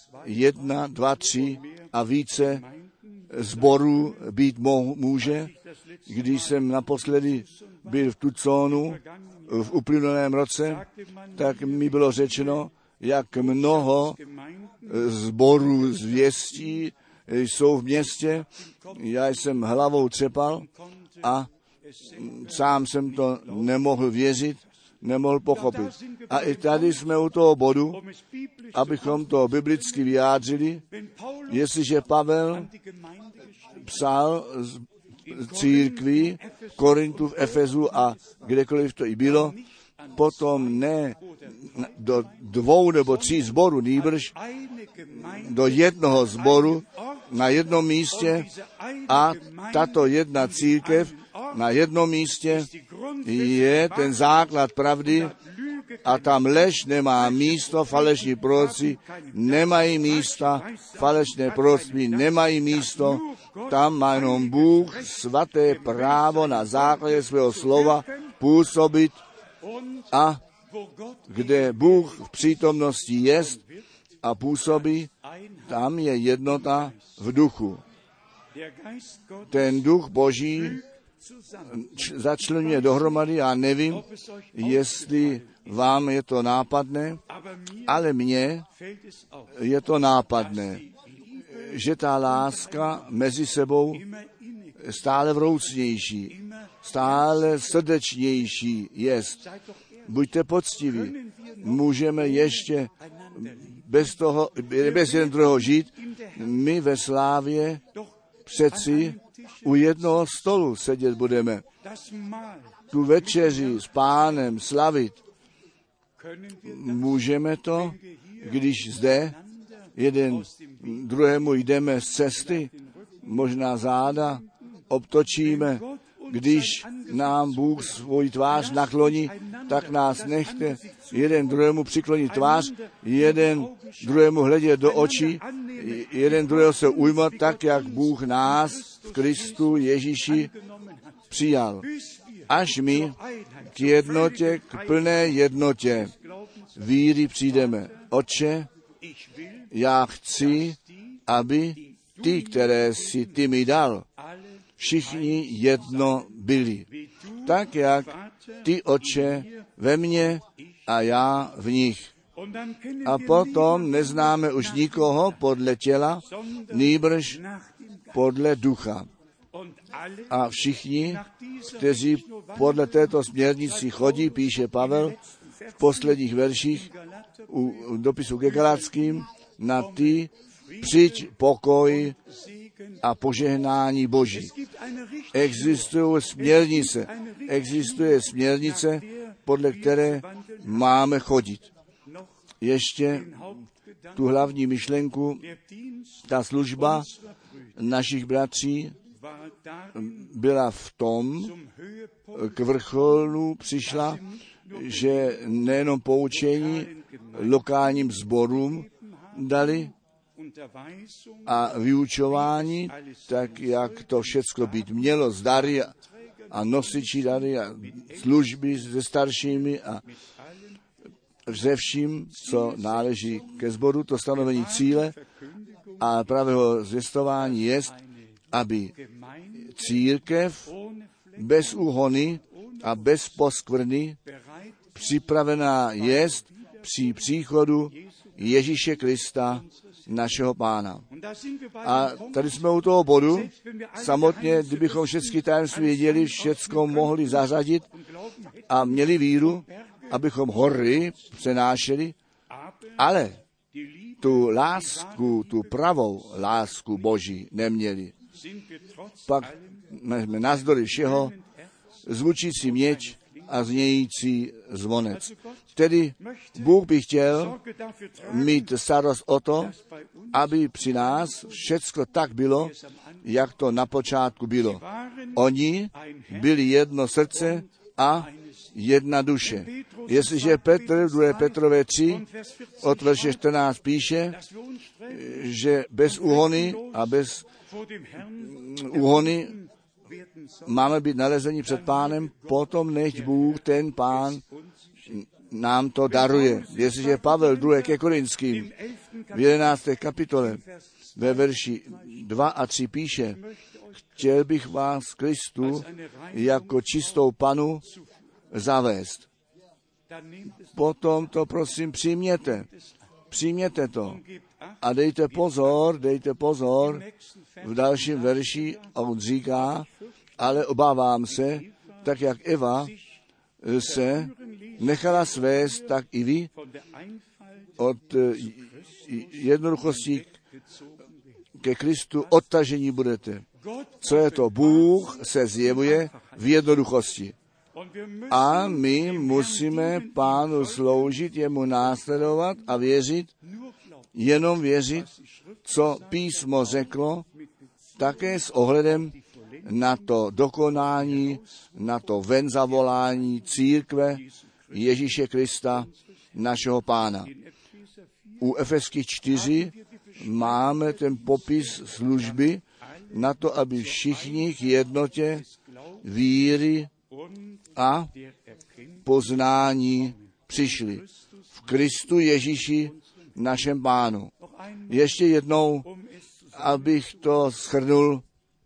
jedna, dva, tři a více sborů být může. Když jsem naposledy byl v Tucsonu v uplynulém roce, tak mi bylo řečeno, jak mnoho sborů zvěstí jsou v městě. Já jsem hlavou třepal a sám jsem to nemohl věřit, nemohl pochopit. A i tady jsme u toho bodu, abychom to biblicky vyjádřili, jestliže Pavel psal z církví Korintu, v Efezu a kdekoliv to i bylo, potom ne do dvou nebo tří sborů, nýbrž do jednoho sboru na jednom místě a tato jedna církev na jednom místě je ten základ pravdy a tam lež nemá místo, falešní proroci nemají místa, falešné proroctví nemají místo, tam má jenom Bůh svaté právo na základě svého slova působit a kde Bůh v přítomnosti jest a působí, tam je jednota v duchu. Ten duch Boží začlenuje dohromady, já nevím, jestli vám je to nápadné, ale mně je to nápadné, že ta láska mezi sebou stále vroucnější, stále srdečnější jest. Buďte poctiví, můžeme ještě bez toho, bez jeden druhého žít. My ve slávě přeci u jednoho stolu sedět budeme. Tu večeři s Pánem slavit. Můžeme to, když zde jeden druhému jdeme z cesty, možná záda obtočíme, když nám Bůh svůj tvář nakloní, tak nás nechte jeden druhému přiklonit tvář, jeden druhému hledět do očí, jeden druhého se ujmout tak, jak Bůh nás v Kristu Ježíši přijal. Až my k jednotě, k plné jednotě víry přijdeme. Otče, já chci, aby ty, které si ty mi dal, všichni jedno byli. Tak, jak ty, Otče, ve mně a já v nich. A potom neznáme už nikoho podle těla, nýbrž podle ducha. A všichni, kteří podle této směrnici chodí, píše Pavel v posledních verších u dopisu ke Galackým, na ty přijď pokoj a požehnání Boží. Existují směrnice, existuje směrnice, podle které máme chodit. Ještě tu hlavní myšlenku, ta služba našich bratří byla v tom, k vrcholu přišla, že nejenom poučení lokálním sborům dali a vyučování, tak jak to všecko být mělo, z dary a nosiči dary a služby se staršími a ze vším, co náleží ke sboru, to stanovení cíle a pravého zvěstování jest, aby církev bez úhony a bez poskvrny připravená jest při příchodu Ježíše Krista, našeho Pána. A tady jsme u toho bodu, samotně, kdybychom všechny tajemství věděli, všecko mohli zařadit a měli víru, abychom hory přenášeli, ale tu lásku, tu pravou lásku Boží neměli. Pak jsme navzdory všeho zvučící měč a znějící zvonec. Tedy Bůh by chtěl mít starost o to, aby při nás všecko tak bylo, jak to na počátku bylo. Oni byli jedno srdce a jedna duše. Jestliže Petr v druhé Petrové tři od verše čtrnáct píše, že bez úhony a bez úhony máme být nalezeni před Pánem, potom nechť Bůh, ten Pán, nám to daruje. Jestliže Pavel druhé ke Korinským v jedenácté kapitole ve verši dva a tři píše: chtěl bych vás Kristu jako čistou panu zavést. Potom to prosím přijměte. Přijměte to. A dejte pozor, dejte pozor, v dalším verši on říká, ale obávám se, tak jak Eva se nechala svést, tak i vy od jednoduchosti ke Kristu odtažení budete. Co je to? Bůh se zjevuje v jednoduchosti. A my musíme Pánu sloužit, jemu následovat a věřit, jenom věřit, co písmo řeklo, také s ohledem na to dokonání, na to venzavolání církve Ježíše Krista, našeho Pána. U Efeských čtyři máme ten popis služby na to, aby všichni k jednotě víry a poznání přišli. V Kristu Ježíši, našem Pánu. Ještě jednou, abych to shrnul,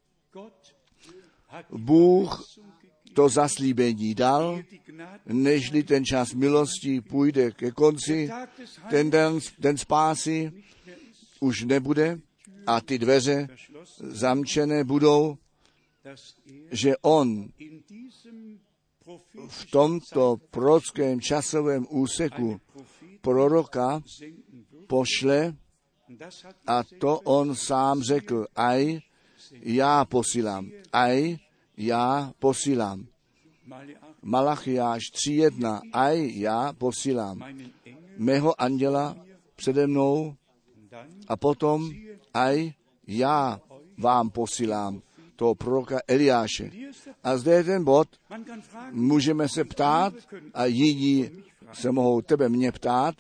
Bůh to zaslíbení dal, nežli ten čas milosti půjde ke konci, ten den, den spásy už nebude a ty dveře zamčené budou, že on v tomto prorockém časovém úseku proroka pošle, a to on sám řekl, aj já posílám, aj já posílám. Malachiáš tři jedna, aj já posílám mého anděla přede mnou a potom aj já vám posílám toho proroka Eliáše. A zde je ten bod, můžeme se ptát a jiní se mohou tebe mě ptát,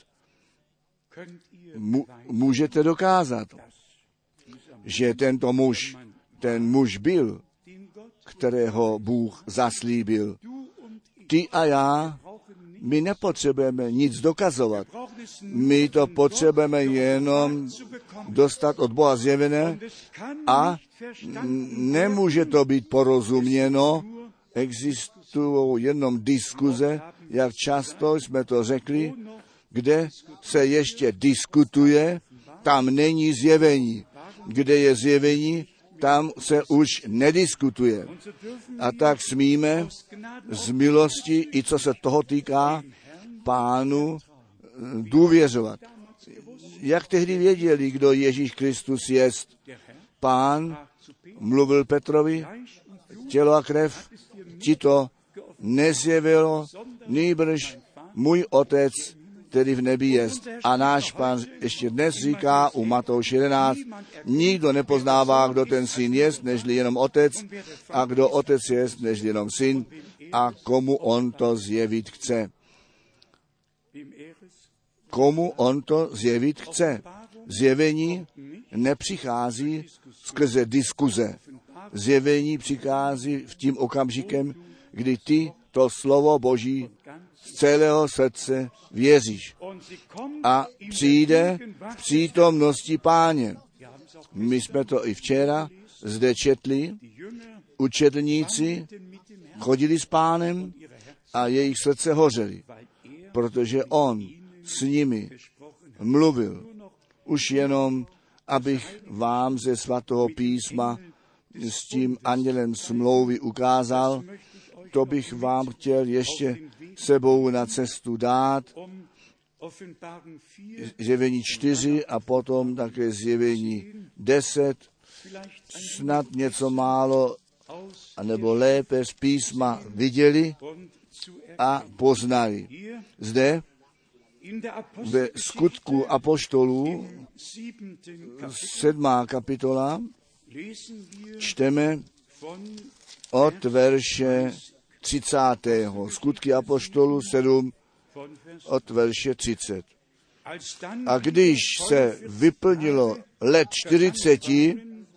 můžete dokázat, že tento muž, ten muž byl, kterého Bůh zaslíbil. Ty a já, my nepotřebujeme nic dokazovat. My to potřebujeme jenom dostat od Boha zjevené a nemůže to být porozuměno. Existují jenom diskuze, jak často jsme to řekli, kde se ještě diskutuje, tam není zjevení. Kde je zjevení, tam se už nediskutuje. A tak smíme z milosti, i co se toho týká, Pánu důvěřovat. Jak tehdy věděli, kdo Ježíš Kristus jest? Pán mluvil Petrovi, tělo a krev ti to nezjevilo, nýbrž můj Otec, který v nebi jest. A náš Pán ještě dnes říká u Matouš jedenáct, nikdo nepoznává, kdo ten syn jest, nežli jenom Otec, a kdo Otec jest, nežli jenom syn, a komu on to zjevit chce. Komu on to zjevit chce. Zjevení nepřichází skrze diskuze. Zjevení přichází v tím okamžikem, kdy ty to slovo Boží z celého srdce věříš. A přijde v přítomnosti Páně. My jsme to i včera zde četli. Učedníci chodili s Pánem a jejich srdce hořely, protože on s nimi mluvil. Už jenom, abych vám ze svatého písma s tím andělem smlouvy ukázal, to bych vám chtěl ještě sebou na cestu dát. Zjevení čtyři a potom také zjevení deset, snad něco málo, anebo lépe z písma viděli a poznali. Zde ve Skutku apoštolů, sedmá kapitola, čteme od verše třicátého Skutky apoštolů sedm od verše třicet. A když se vyplnilo let čtyřiceti,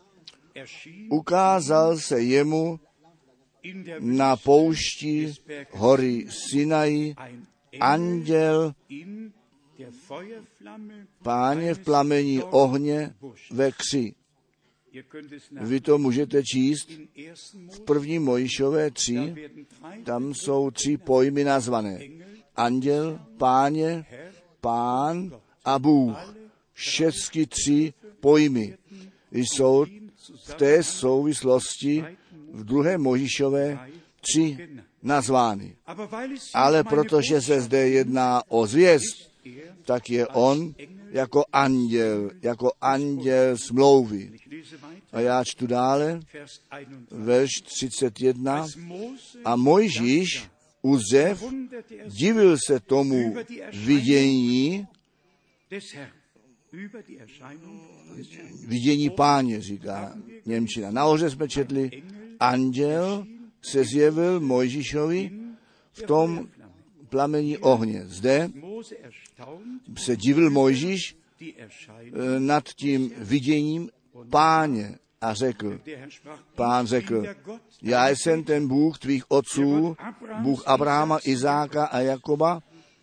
ukázal se jemu na poušti hory Sinai anděl Páně v plamení ohně ve kři. Vy to můžete číst v první Mojžíšové tři, tam jsou tři pojmy nazvané. Anděl, Páně, Pán a Bůh. Všechny tři pojmy jsou v té souvislosti v druhé Mojžíšové tři nazvány. Ale protože se zde jedná o zvěst, tak je on jako anděl, jako anděl smlouvy. A já čtu dále, verš třicet jedna. A Mojžíš, Uzev, divil se tomu vidění, vidění Páně, říká němčina. Nahoře jsme četli, anděl se zjevil Mojžíšovi v tom plamení ohně. Zde se divil Mojžíš nad tím viděním Páně a řekl, Pán řekl, já jsem ten Bůh tvých otců, Bůh Abrahama, Izáka a Jakoba.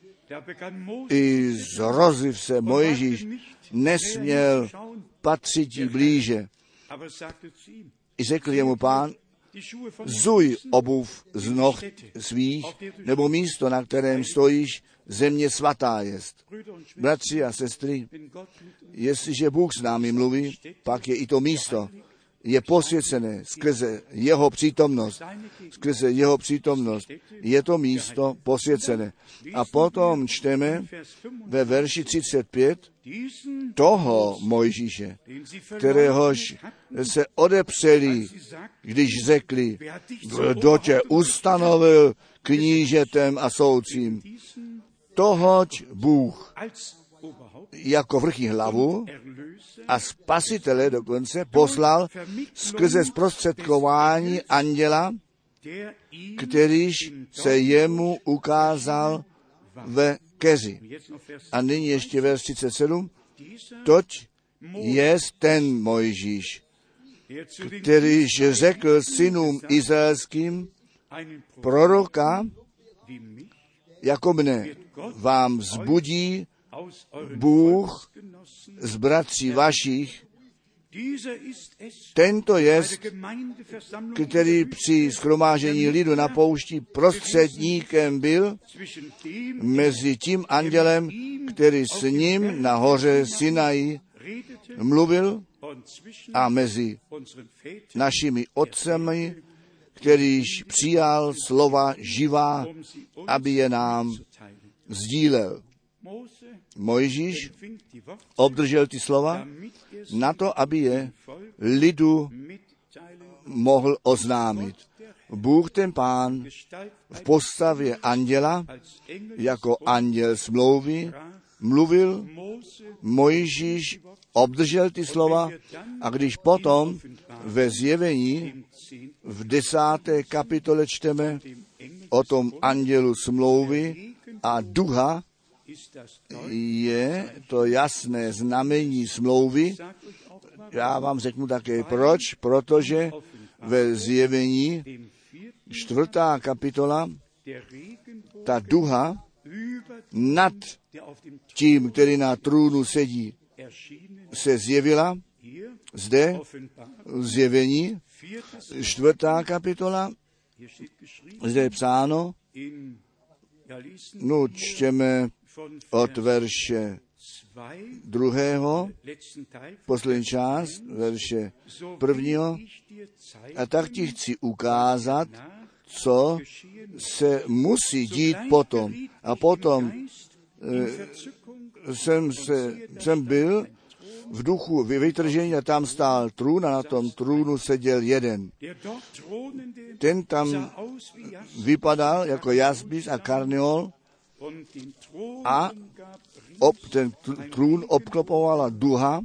I zroziv se Mojžíš nesměl patřit ti blíže. I řekl jemu Pán, zuj obuv z noh svých, nebo místo, na kterém stojíš, země svatá jest. Bratři a sestry, jestliže Bůh s námi mluví, pak je i to místo, je posvěcené skrze jeho přítomnost. Skrze jeho přítomnost je to místo posvěcené. A potom čteme ve verši třicet pět toho Mojžíše, kteréhož se odepřeli, když řekli, kdo tě ustanovil knížetem a soudcím. Tohoť Bůh jako vrchní hlavu a spasitele dokonce poslal skrze zprostředkování anděla, kterýž se jemu ukázal ve keři. A nyní ještě verš třicet sedm. Toť jest ten Mojžíš, kterýž řekl synům izraelským, proroka jako mne vám vzbudí Bůh z bratří vašich. Tento jest, který při shromáždění lidu na poušti prostředníkem byl mezi tím andělem, který s ním na hoře Sinai mluvil, a mezi našimi otcemi, kterýž přijal slova živá, aby je nám sdílel. Mojžíš obdržel ty slova na to, aby je lidu mohl oznámit. Bůh ten Pán v postavě anděla, jako anděl smlouvy, mluvil, Mojžíš obdržel ty slova, a když potom ve zjevení v desáté kapitole čteme o tom andělu smlouvy a ducha, je to jasné znamení smlouvy. Já vám řeknu také proč, protože ve zjevení čtvrtá kapitola ta duha nad tím, který na trůnu sedí, se zjevila. Zde v zjevení čtvrtá kapitola, zde je psáno, no čteme od verše druhého, poslední část, verše prvního, a tak ti chci ukázat, co se musí dít potom. A potom e, jsem, se, jsem byl v duchu vytržení a tam stál trůn a na tom trůnu seděl jeden. Ten tam vypadal jako jaspis a karneol a ob, ten trůn obklopovala duha,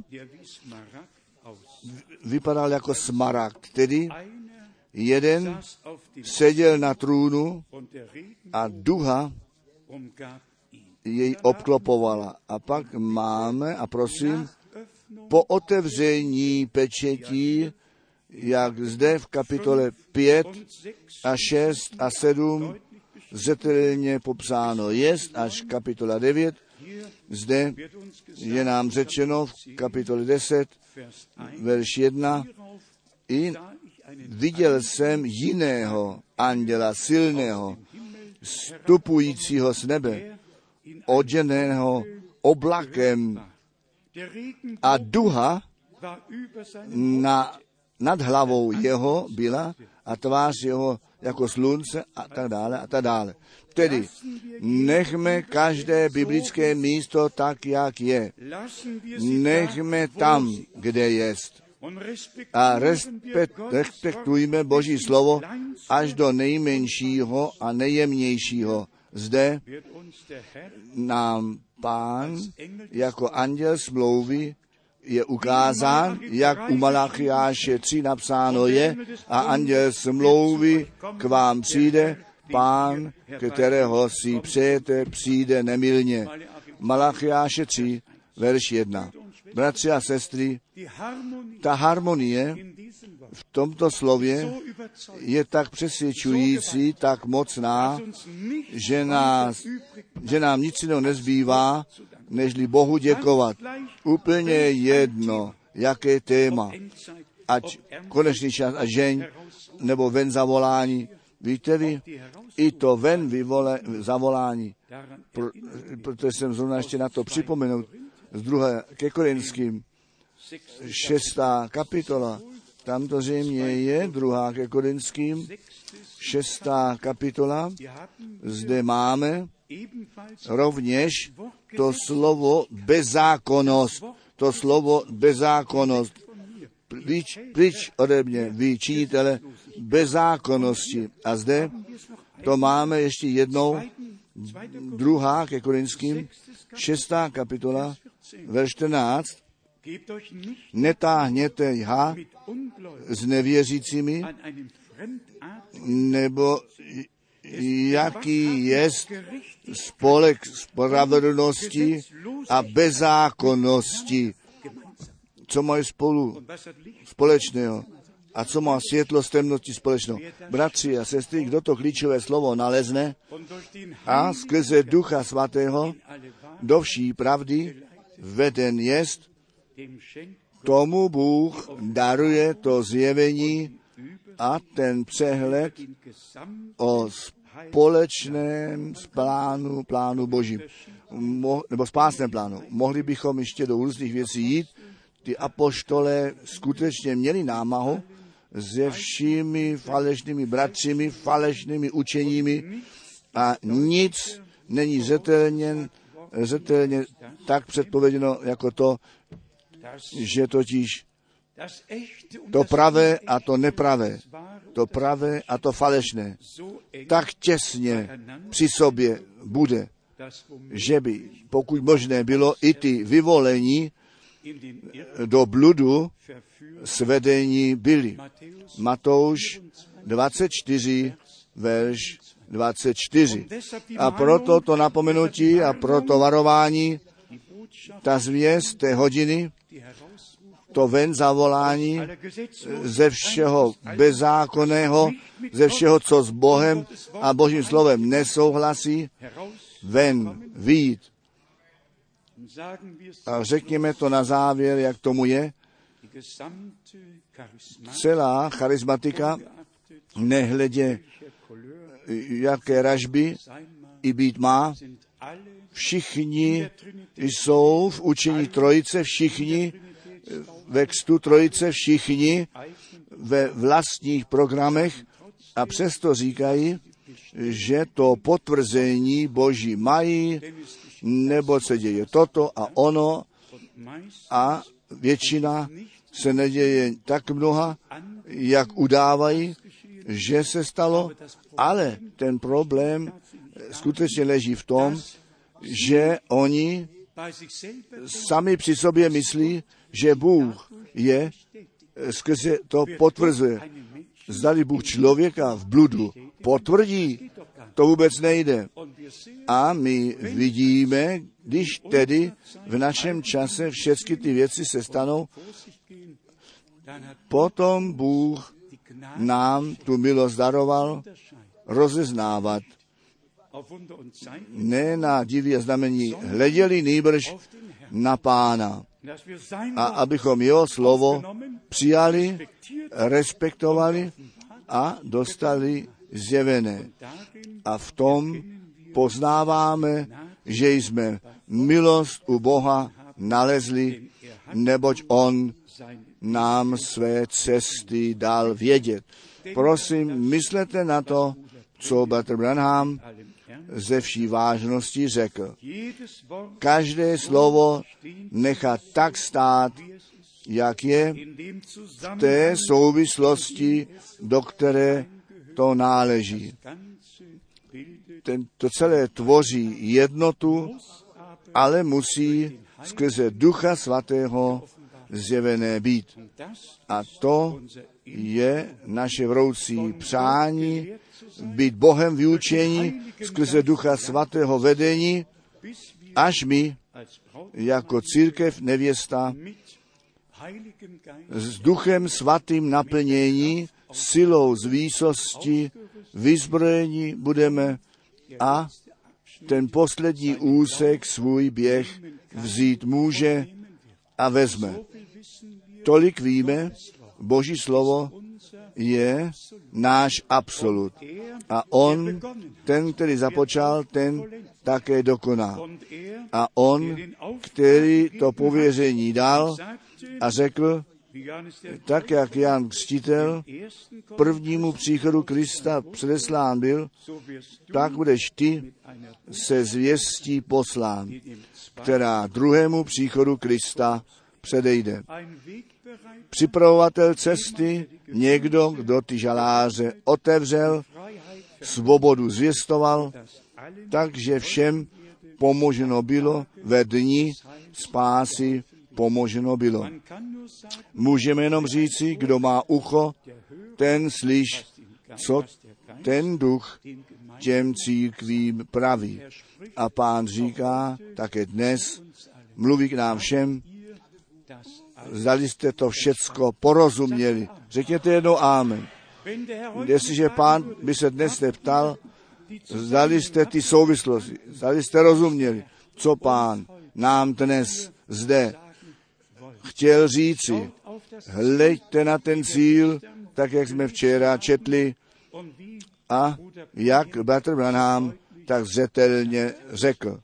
vypadal jako smaragd. Tedy jeden seděl na trůnu a duha jej obklopovala. A pak máme, a prosím, po otevření pečetí, jak zde v kapitole pět a šest a sedm zřetelně popsáno jest, až kapitola devět, Zde je nám řečeno v kapitole deset, verš jedna, i viděl jsem jiného anděla silného, vstupujícího z nebe, oděného oblakem a duha na, nad hlavou jeho byla a tvář jeho jako slunce a tak dále a tak dále. Tedy nechme každé biblické místo tak, jak je. Nechme tam, kde jest. A respektujme Boží slovo až do nejmenšího a nejjemnějšího. Zde nám Pán jako anděl smlouvy je ukázán, jak u Malachiáše tři napsáno je, a anděl smlouvy k vám přijde, Pán, kterého si přejete, přijde nemilně. Malachiáše tři, verš jedna. Bratři a sestry, ta harmonie v tomto slově je tak přesvědčující, tak mocná, že, nás, že nám nic jiného nezbývá, nežli Bohu děkovat. Úplně jedno, jaké téma, ať konečný čas a žeň, nebo ven zavolání. Víte vy, i to ven vyvole, zavolání, pro, protože jsem zrovna ještě na to připomenout, z druhé ke Korinským, šestá kapitola, tam to zřejmě je, druhá ke Korinským, šestá kapitola, zde máme rovněž to slovo bezzákonnost, to slovo bezzákonnost, pryč, pryč ode mě, vy činitele bezzákonnosti. A zde to máme ještě jednou, druhá ke Korinským, šestá kapitola, verš čtrnáct, netáhněte jha s nevěřícími, nebo jaký jest spolek spravedlnosti a bezzákonnosti, co mají spolu společného a co má světlo s temností společného. Bratři a sestry, kdo to klíčové slovo nalezne a skrze Ducha Svatého do vší pravdy veden jest, tomu Bůh daruje to zjevení a ten přehled o společném plánu, plánu Božím, Mo, nebo spásném plánu. Mohli bychom ještě do různých věcí jít. Ty apoštole skutečně měli námahu se všemi falešnými bratřími, falešnými učeními a nic není zetelně, zetelně tak předpověděno jako to, že totiž to pravé a to nepravé, to pravé a to falešné, tak těsně při sobě bude, že by, pokud možné bylo, i ty vyvolení do bludu svedení byli. Matouš dvacet čtyři, verš dvacet čtyři. A proto to napomenutí a proto varování, ta zvěst té hodiny, to ven zavolání ze všeho bezzákonného, ze všeho, co s Bohem a Božím slovem nesouhlasí, ven vyjít. A řekněme to na závěr, jak tomu je. Celá charismatika, nehledě jaké ražby i být má, všichni jsou v učení trojice, všichni ve křtu trojice, všichni ve vlastních programech a přesto říkají, že to potvrzení Boží mají, nebo se děje toto a ono a většina se neděje tak mnoha, jak udávají, že se stalo, ale ten problém skutečně leží v tom, že oni sami při sobě myslí, že Bůh je, skrze to potvrzuje. Zdali Bůh člověka v bludu potvrdí, to vůbec nejde. A my vidíme, když tedy v našem čase všechny ty věci se stanou, potom Bůh nám tu milost daroval rozeznávat ne na divy a znamení hleděli, nýbrž na Pána. A abychom jeho slovo přijali, respektovali a dostali zjevené. A v tom poznáváme, že jsme milost u Boha nalezli, neboť on nám své cesty dal vědět. Prosím, myslete na to, co bratr Branham ze vší vážnosti řekl. Každé slovo nechat tak stát, jak je v té souvislosti, do které to náleží. Ten, to celé tvoří jednotu, ale musí skrze Ducha Svatého zjevené být. A to je naše vroucí přání, být Bohem vyučení skrze Ducha Svatého vedení, až my, jako církev nevěsta, s Duchem Svatým naplnění, silou z výsosti, vyzbrojení budeme a ten poslední úsek svůj běh vzít může a vezme. Tolik víme, Boží slovo je náš absolut. A on, ten, který započal, ten také dokoná. A on, který to pověření dal a řekl, tak jak Jan Křtitel prvnímu příchodu Krista předeslán byl, tak budeš ty se zvěstí poslán, která druhému příchodu Krista předejde. Připravovatel cesty, někdo, kdo ty žaláře otevřel, svobodu zvěstoval, takže všem pomoženo bylo ve dni spásy pomoženo bylo. Můžeme jenom říci, kdo má ucho, ten slyš, co ten duch těm církvím praví. A Pán říká také dnes, mluví k nám všem, zdali jste to všecko porozuměli. Řekněte jednou amen. Jestliže Pán by se dnes neptal, zdali jste ty souvislosti, zdali jste rozuměli, co Pán nám dnes zde chtěl říci. Hleďte na ten cíl, tak jak jsme včera četli a jak bratr Branham tak zřetelně řekl.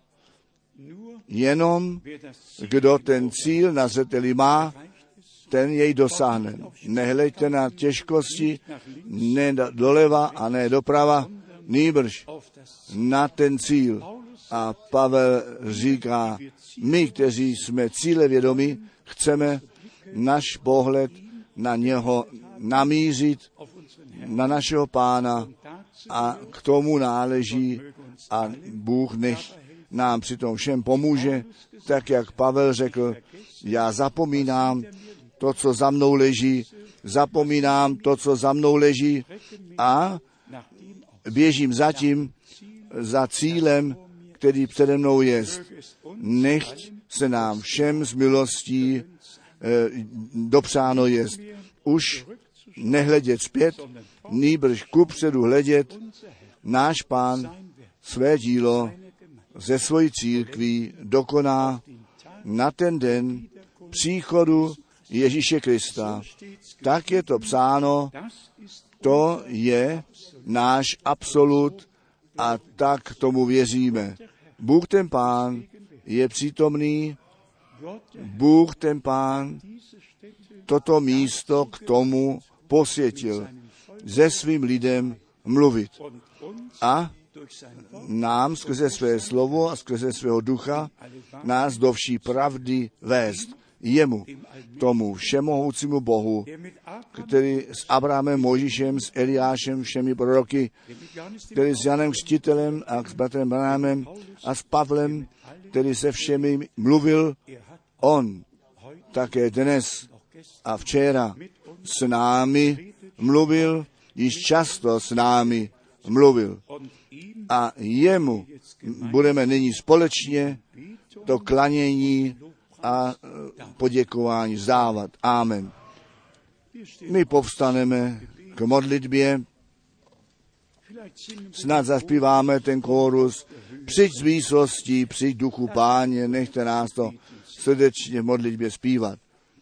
Jenom kdo ten cíl na zřeteli má, ten jej dosáhne. Nehleďte na těžkosti, ne doleva a ne doprava, nýbrž na ten cíl. A Pavel říká, my, kteří jsme cílevědomí, chceme náš pohled na něho namířit, na našeho Pána a k tomu náleží a Bůh nech nám přitom všem pomůže, tak jak Pavel řekl, já zapomínám to, co za mnou leží, zapomínám to, co za mnou leží a běžím zatím, za cílem, který přede mnou je. Nechť se nám všem z milostí e, dopřáno jest. Už nehledět zpět, nýbrž kupředu hledět, náš Pán své dílo ze svojí církví dokoná na ten den příchodu Ježíše Krista. Tak je to psáno, to je náš absolut a tak tomu věříme. Bůh ten Pán je přítomný, Bůh ten Pán toto místo k tomu posvětil, se svým lidem mluvit a nám skrze své slovo a skrze svého ducha nás do vší pravdy vést. Jemu, tomu všemohoucímu Bohu, který s Abrahamem, Mojžíšem, s Eliášem, všemi proroky, který s Janem Křtitelem a s bratrem Branhamem a s Pavlem, který se všemi mluvil, on také dnes a včera s námi mluvil, již často s námi mluvil. A jemu budeme nyní společně to klanění a poděkování vzdávat. Amen. My povstaneme k modlitbě. Snad zaspíváme ten kórus. Přijď s výsostí, přijď duchu Páně, nechte nás to srdečně v modlitbě zpívat.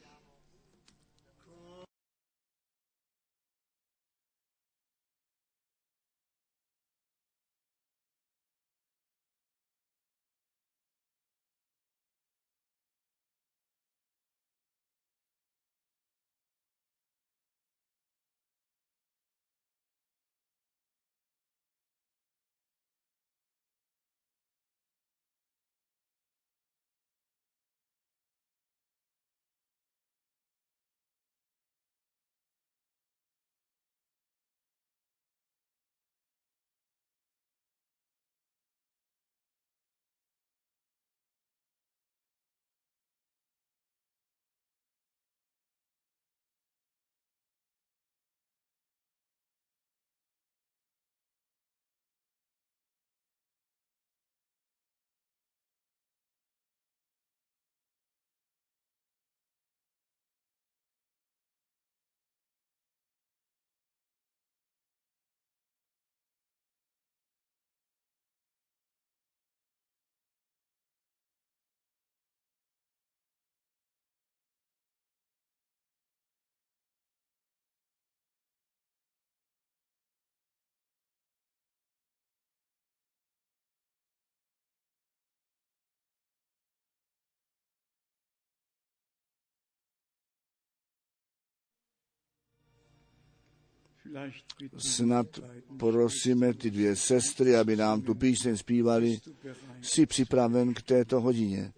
Snad prosíme ty dvě sestry, aby nám tu píseň zpívali. Jsi připraven k této hodině.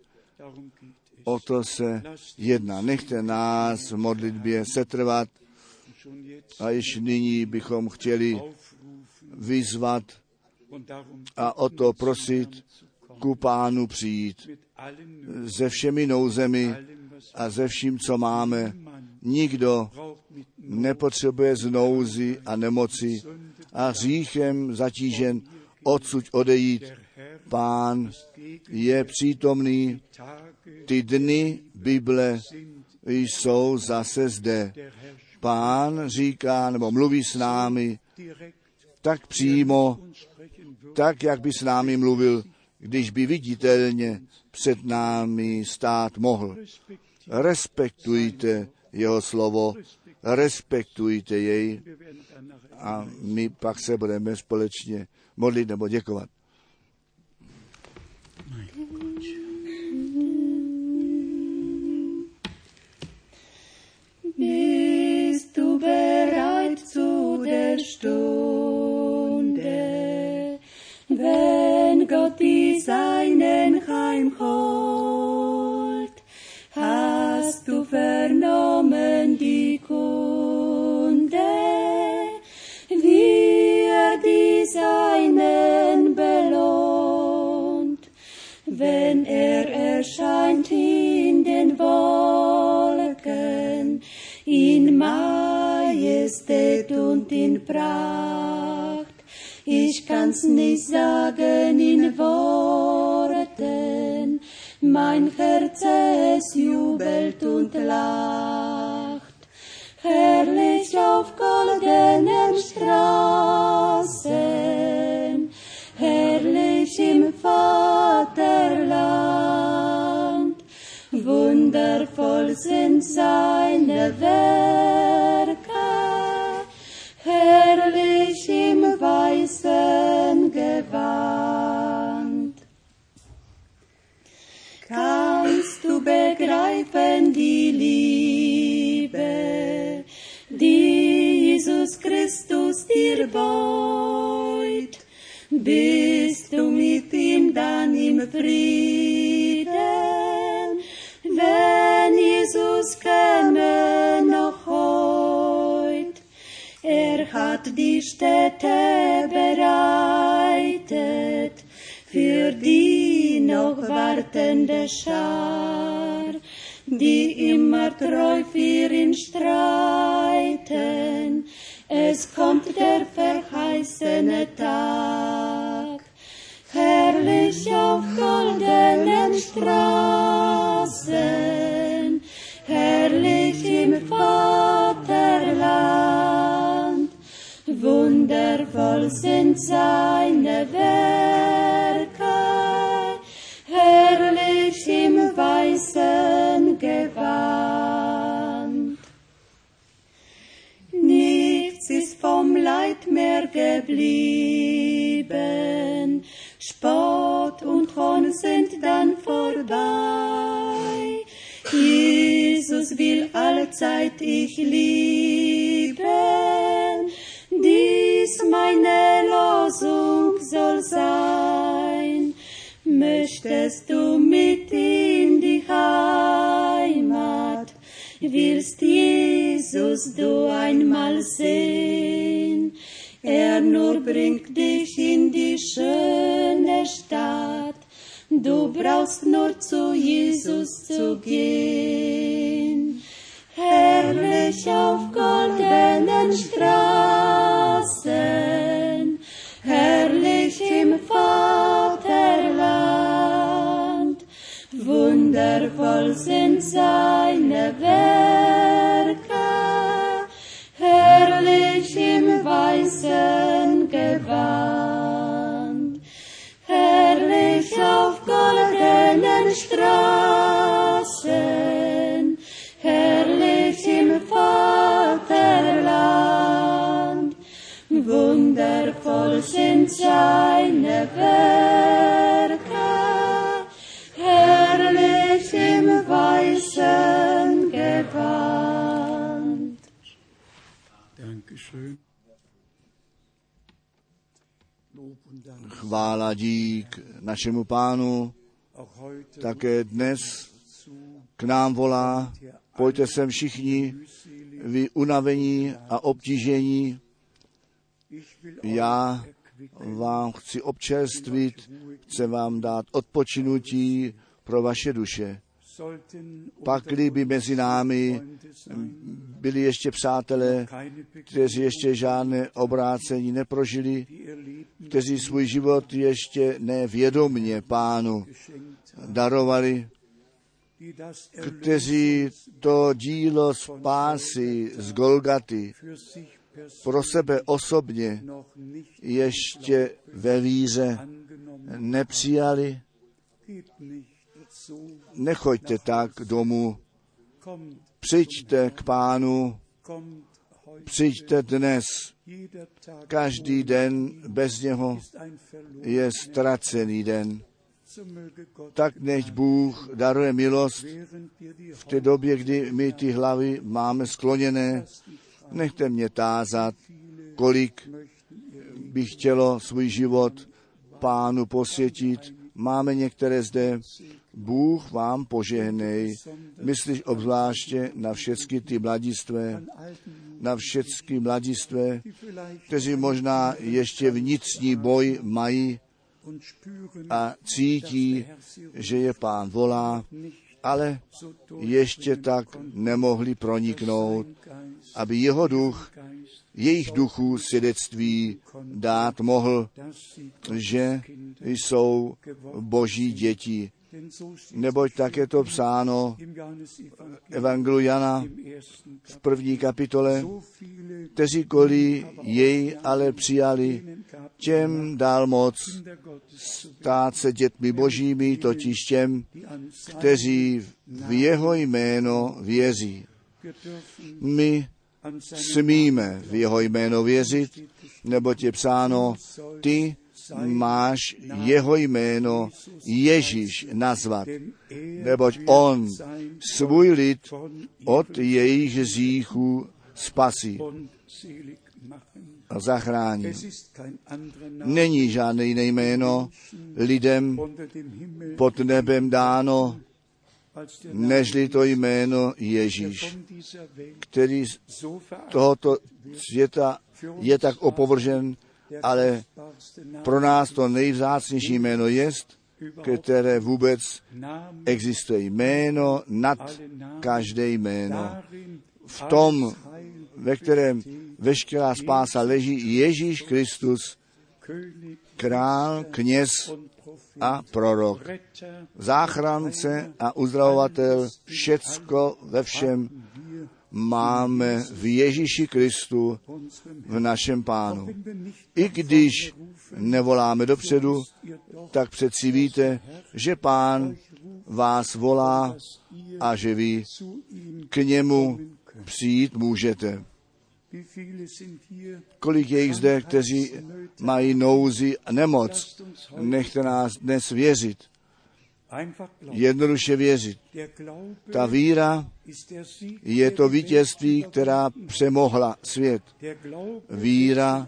O to se jedná. Nechte nás v modlitbě setrvat a již nyní bychom chtěli vyzvat a o to prosit ku Pánu přijít se všemi nouzemi a se vším, co máme. Nikdo nepotřebuje z nouzy a nemoci a hříchem zatížen odsud odejít. Pán je přítomný. Ty dny Bible jsou zase zde. Pán říká nebo mluví s námi tak přímo, tak, jak by s námi mluvil, když by viditelně před námi stát mohl. Respektujte jeho slovo, respektujte jej a my pak se budeme společně modlit nebo děkovat. Bist du bereit zu der Stunde, wenn Gott die Seinen heimholt? Hast du vernommen die Kunde, wie er die Seinen belohnt, wenn er erscheint in den Wolken, in Majestät und in Pracht. Ich kann's nicht sagen in Worten, mein Herz es jubelt und lacht. Herrlich auf goldenen Straßen, herrlich im Vaterland, wundervoll sind seine Werke, herrlich im weißen Gewand. Kannst du begreifen die Liebe, die Jesus Christus dir beut? Bist du mit ihm dann im Frieden, wenn Jesus käme noch heut? Er hat die Stätte bereitet für die noch wartende Schar, die immer treu für ihn streiten. Es kommt der verheißene Tag, herrlich auf goldenen Straßen, herrlich im Vaterland, Wunder Wundervoll sind seine Werke, herrlich im weißen Gewand. Nichts ist vom Leid mehr geblieben, Spott und Hohn sind dann vorbei. Jesus will allzeit ich lieben, dies meine Losung soll sein. Möchtest du mit in die Heimat, willst Jesus du einmal sehen? Er nur bringt dich in die schöne Stadt, du brauchst nur zu Jesus zu gehen. Herrlich auf goldenen Straßen, herrlich im Vaterland, wundervoll sind seine Werke, herrlich im weißen Gewand. Herrlich auf goldenen Straßen, herrlich im Vaterland, wundervoll sind seine Werke, herrlich im weißen Gewand. Dankeschön. Chvála dík našemu Pánu, také dnes k nám volá, pojďte sem všichni, vy unavení a obtížení, já vám chci občerstvit, chci vám dát odpočinutí pro vaše duše. Pak, kdyby mezi námi byli ještě přátelé, kteří ještě žádné obrácení neprožili, kteří svůj život ještě nevědomně Pánu darovali, kteří to dílo spásy z Golgaty pro sebe osobně ještě ve víře nepřijali. Nechoďte tak domů, přijďte k Pánu, přijďte dnes. Každý den bez něho je ztracený den. Tak nechť Bůh daruje milost v té době, kdy my ty hlavy máme skloněné. Nechte mě tázat, kolik by chtělo svůj život Pánu posvětit. Máme některé zde. Bůh vám požehnej. Myslíš obzvláště na všechny ty mladistvé, na všechny mladistvé, kteří možná ještě vnitřní boj mají a cítí, že je Pán volá, ale ještě tak nemohli proniknout, aby jeho duch, jejich duchů svědectví dát mohl, že jsou Boží děti. Neboť tak je to psáno Evangeliu Jana v první kapitole, kteří koli jej ale přijali, těm dal moc stát se dětmi božími, totiž těm, kteří v jeho jméno věří. My smíme v jeho jméno věřit, neboť je psáno, ty máš jeho jméno Ježíš nazvat, neboť on svůj lid od jejich hříchů spasí a zachrání. Není žádné jiné jméno lidem pod nebem dáno, nežli to jméno Ježíš, který z tohoto světa je tak opovržen, ale pro nás to nejvzácnější jméno jest, které vůbec existuje. Jméno nad každé jméno. V tom, ve kterém veškerá spása leží, Ježíš Kristus, král, kněz a prorok, záchránce a uzdravovatel, všecko ve všem máme v Ježíši Kristu, v našem Pánu. I když nevoláme dopředu, tak přeci víte, že Pán vás volá a že vy k němu přijít můžete. Kolik je jich zde, kteří mají nouzi a nemoc? Nechte nás dnes věřit. Jednoduše věřit. Ta víra je to vítězství, která přemohla svět. Víra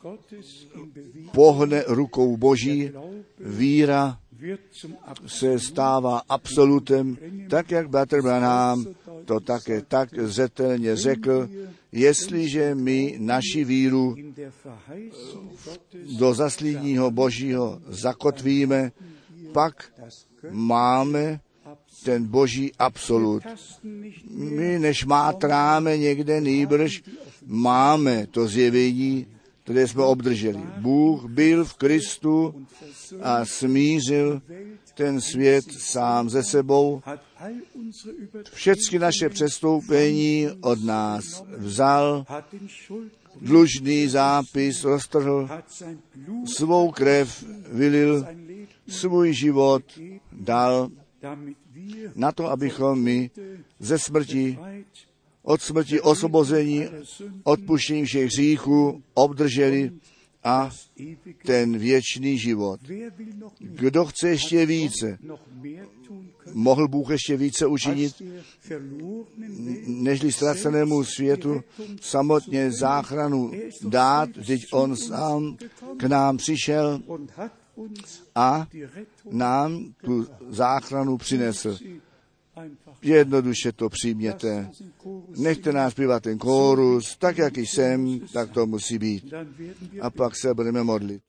pohne rukou Boží, víra se stává absolutem, tak jak bratr Branham to také tak zřetelně řekl, jestliže my naši víru do zaslíbního Božího zakotvíme, pak máme ten Boží absolut. My nešmátráme někde, nýbrž máme to zjevení, které jsme obdrželi. Bůh byl v Kristu a smířil ten svět sám ze sebou. Všechny naše přestoupení od nás vzal, dlužný zápis roztrhl, svou krev vylil, svůj život dal na to, abychom my ze smrti, od smrti osvobození, odpuštění všech hříchů obdrželi a ten věčný život. Kdo chce ještě více? Mohl Bůh ještě více učinit, nežli ztracenému světu samotně záchranu dát, vždyť on sám k nám přišel a nám tu záchranu přinesl. Jednoduše to přijměte. Nechte nás zpívat ten kórus, tak jak jsem, tak to musí být. A pak se budeme modlit.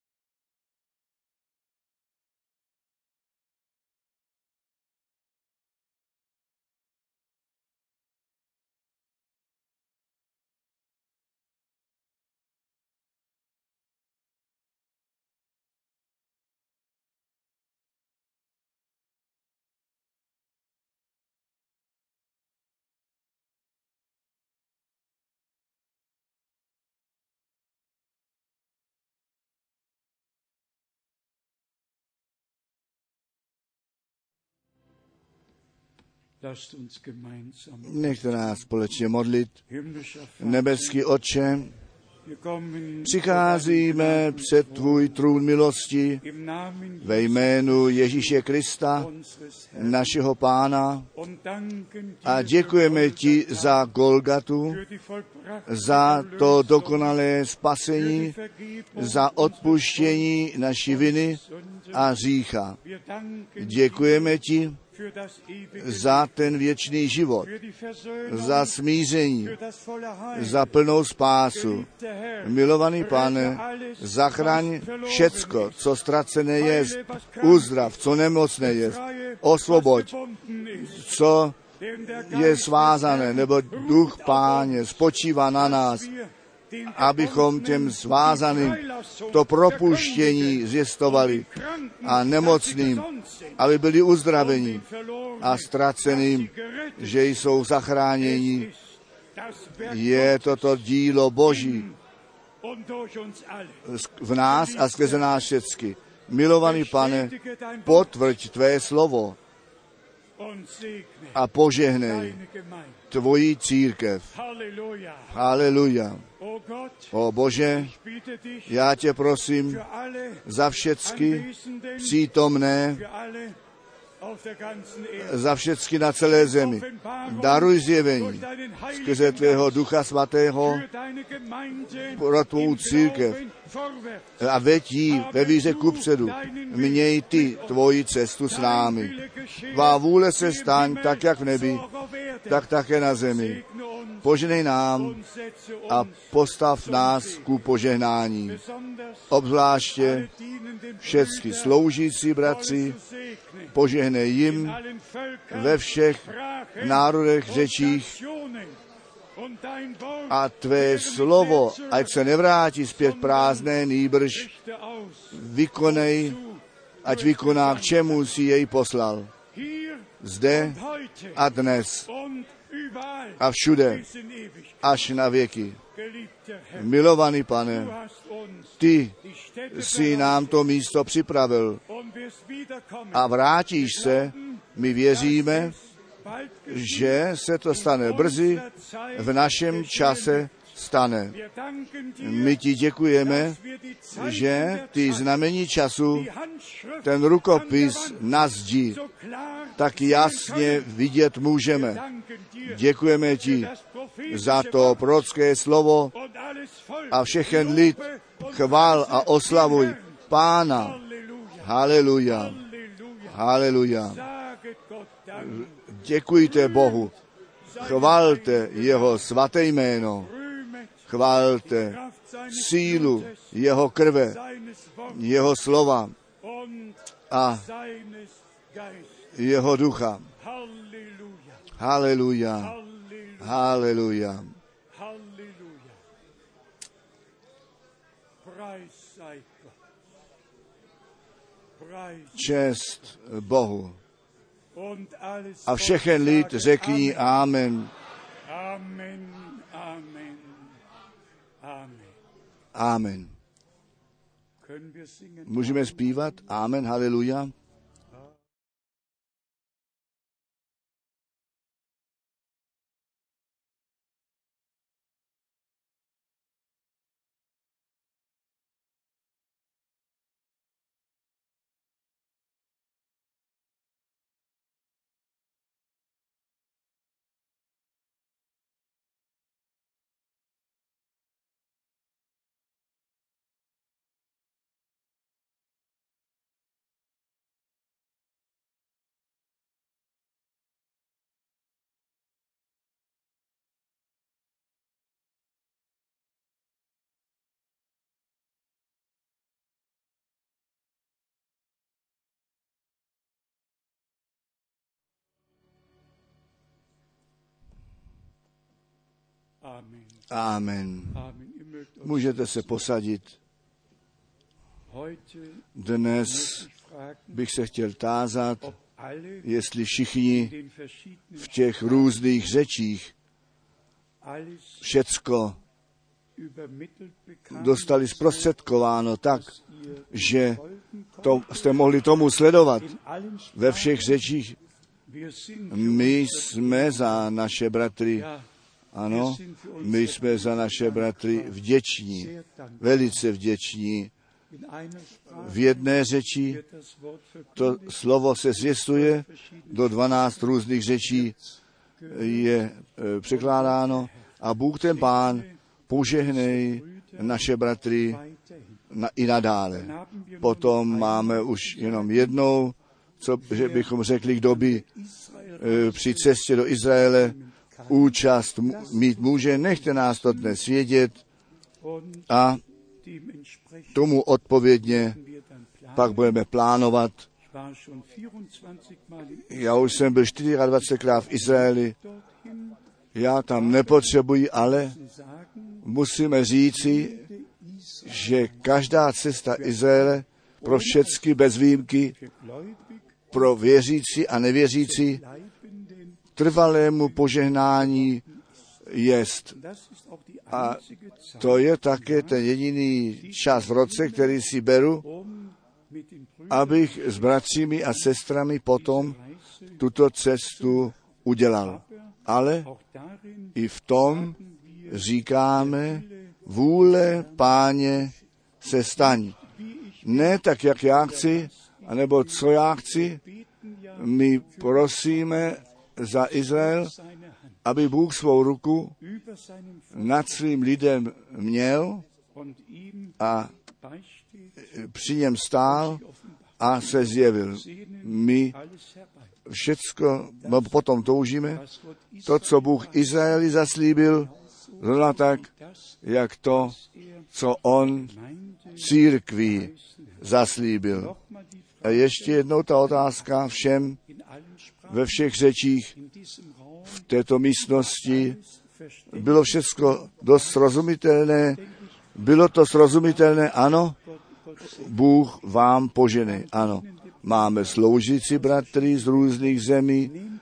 Nechte nás společně modlit. Nebeský Otče, přicházíme před tvůj trůn milosti ve jménu Ježíše Krista, našeho Pána, a děkujeme ti za Golgatu, za to dokonalé spasení, za odpuštění naší viny a hřícha. Děkujeme ti za ten věčný život, za smíření, za plnou spásu. Milovaný Pane, zachraň všecko, co ztracené je, uzdrav, co nemocné je, osvoboď, co je svázané, nebo duch Páně spočívá na nás, abychom těm svázaným to propuštění zjistovali a nemocným, aby byli uzdraveni, a ztraceným, že jsou zachráněni. Je toto dílo Boží v nás a skrze nás všecky. Milovaný Pane, potvrď tvé slovo a požehnej tvoji církev. Haleluja. O Bože, já tě prosím za všecky přítomné, za všecky na celé zemi. Daruj zjevení skrze tvého Ducha Svatého pro tvou církev a veď jí ve víře kupředu. Měj ty tvoji cestu s námi. Tvá vůle se staň tak, jak v nebi, tak také na zemi. Požehnej nám a postav nás ku požehnání. Obzvláště všecky sloužící bratři, požehnej jim ve všech národech, řečích, a tvé slovo, ať se nevrátí zpět prázdné, nýbrž vykonej, ať vykoná, k čemu si jej poslal. Zde a dnes a všude, až na věky. Milovaný Pane, ty jsi nám to místo připravil a vrátíš se, my věříme, že se to stane brzy, v našem čase stane. My ti děkujeme, že ty znamení času, ten rukopis na zdi, tak jasně vidět můžeme. Děkujeme ti za to prorocké slovo a všechen lid chvál a oslavuj Pána. Haleluja. Haleluja. Děkujte Bohu. Chvalte jeho svaté jméno. Chvalte sílu jeho krve, jeho slova a jeho ducha. Haleluja. Haleluja. Čest Bohu. A všechen lid řekni amen. Amen, amen, amen. Amen. Můžeme zpívat? Amen, haleluja. Amen. Můžete se posadit. Dnes bych se chtěl tázat, jestli všichni v těch různých řečích všecko dostali zprostředkováno tak, že to jste mohli tomu sledovat ve všech řečích. My jsme za naše bratry, ano, my jsme za naše bratry vděční, velice vděční. V jedné řeči to slovo se zvěstuje, do dvanáct různých řečí je e, překládáno a Bůh ten Pán požehnej naše bratry na, i nadále. Potom máme už jenom jednou, co že bychom řekli, kdo by e, při cestě do Izraele účast mít může, nechte nás to dnes vědět a tomu odpovědně pak budeme plánovat. Já už jsem byl dvacetčtyřikrát v Izraeli, já tam nepotřebuji, ale musíme říci, že každá cesta Izraele pro všechny bez výjimky, pro věřící a nevěřící, trvalému požehnání jest. A to je také ten jediný čas v roce, který si beru, abych s bratřími a sestrami potom tuto cestu udělal. Ale i v tom říkáme, vůle Páně se staň. Ne tak, jak já chci, anebo co já chci. My prosíme za Izrael, aby Bůh svou ruku nad svým lidem měl a při něm stál a se zjevil. My všecko no, potom toužíme, to, co Bůh Izraeli zaslíbil, zrovna tak, jak to, co on církví zaslíbil. A ještě jednou ta otázka všem ve všech řečích v této místnosti. Bylo všecko dost srozumitelné? Bylo to srozumitelné? Ano. Bůh vám požene. Ano. Máme sloužící bratry z různých zemí.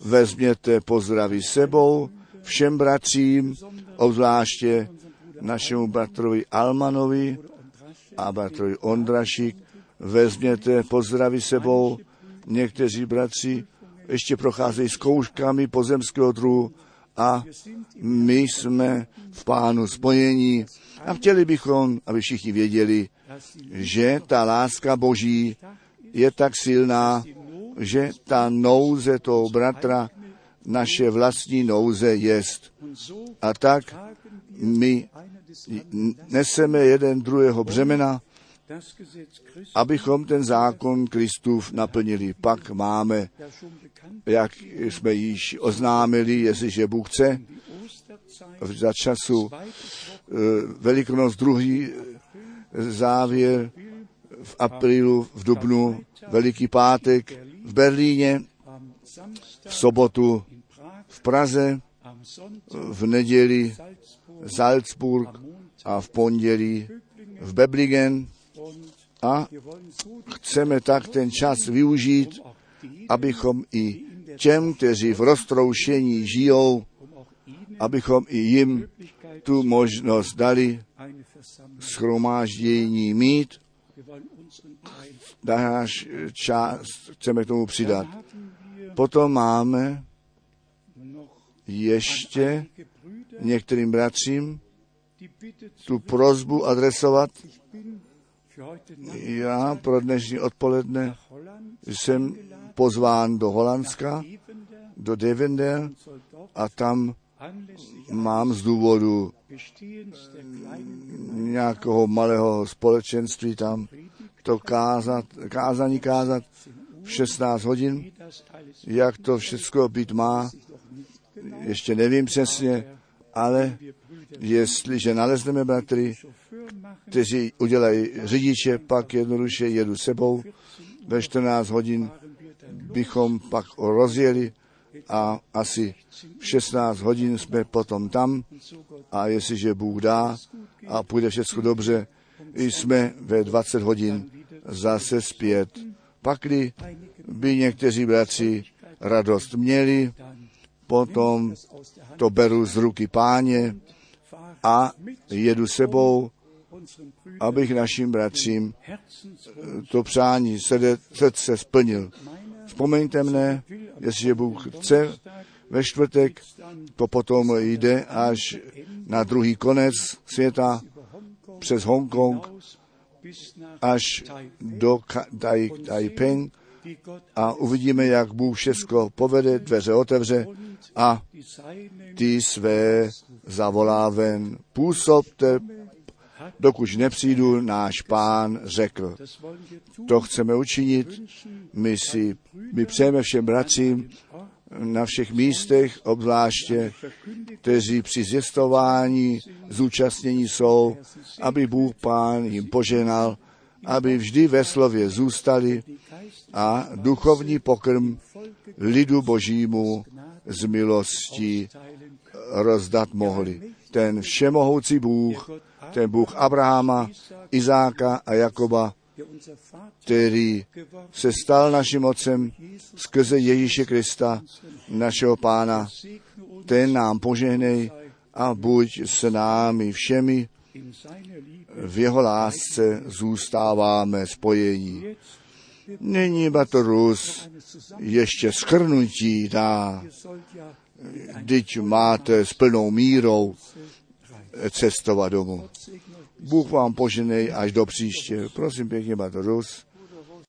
vezměte pozdravy sebou všem bratřím, obzvláště našemu bratrovi Almanovi a bratrovi Ondrašik. Vezměte pozdravy sebou. Někteří bratři ještě procházejí zkouškami pozemského druhu a my jsme v Pánu spojení a chtěli bychom, aby všichni věděli, že ta láska Boží je tak silná, že ta nouze toho bratra naše vlastní nouze jest. A tak my neseme jeden druhého břemena, abychom ten zákon Kristův naplnili. Pak máme, jak jsme již oznámili, jestliže Bůh chce, za času Velikonoc druhý závěr v aprílu, v dubnu, Veliký pátek v Berlíně, v sobotu v Praze, v neděli Salzburg a v pondělí v Böblingen. A chceme tak ten čas využít, abychom i těm, kteří v roztroušení žijou, abychom i jim tu možnost dali shromáždění mít. Náš čas chceme k tomu přidat. Potom máme ještě některým bratřím tu prosbu adresovat. Já pro dnešní odpoledne jsem pozván do Holandska, do Deventer a tam mám z důvodu nějakého malého společenství tam to kázat, kázání kázat v šestnáct hodin. Jak to všechno být má, ještě nevím přesně, ale jestliže nalezneme bratry, kteří udělají řidiče, pak jednoduše jedu sebou. Ve čtrnáct hodin bychom pak rozjeli a asi v šestnáct hodin jsme potom tam a jestliže Bůh dá a půjde všechno dobře, jsme ve dvacet hodin zase zpět. Pakli by někteří bratři radost měli, potom to beru z ruky Páně a jedu sebou, abych našim bratřím to přání srdce splnil. Vzpomeňte mne, jestliže Bůh chce, ve čtvrtek to potom jde až na druhý konec světa, přes Hongkong, až do Taiping a uvidíme, jak Bůh všechno povede, dveře otevře a ty své zavolá ven. Působte, dokud nepřijdu, náš Pán řekl. To chceme učinit. My si, my přejeme všem bratřím na všech místech, obzvláště, kteří při zjistování zúčastnění jsou, aby Bůh Pán jim poženal, aby vždy ve slově zůstali a duchovní pokrm lidu Božímu z milostí rozdat mohli. Ten všemohoucí Bůh, ten Bůh Abrahama, Izáka a Jakoba, který se stal naším otcem skrze Ježíše Krista, našeho Pána, ten nám požehnej a buď s námi všemi, v jeho lásce zůstáváme spojení. Nyní Batorus ještě shrnutí dá, vždyť máte s plnou mírou cestovat domů. Bůh vám poženej až do příště. Prosím pěkně, Batorus.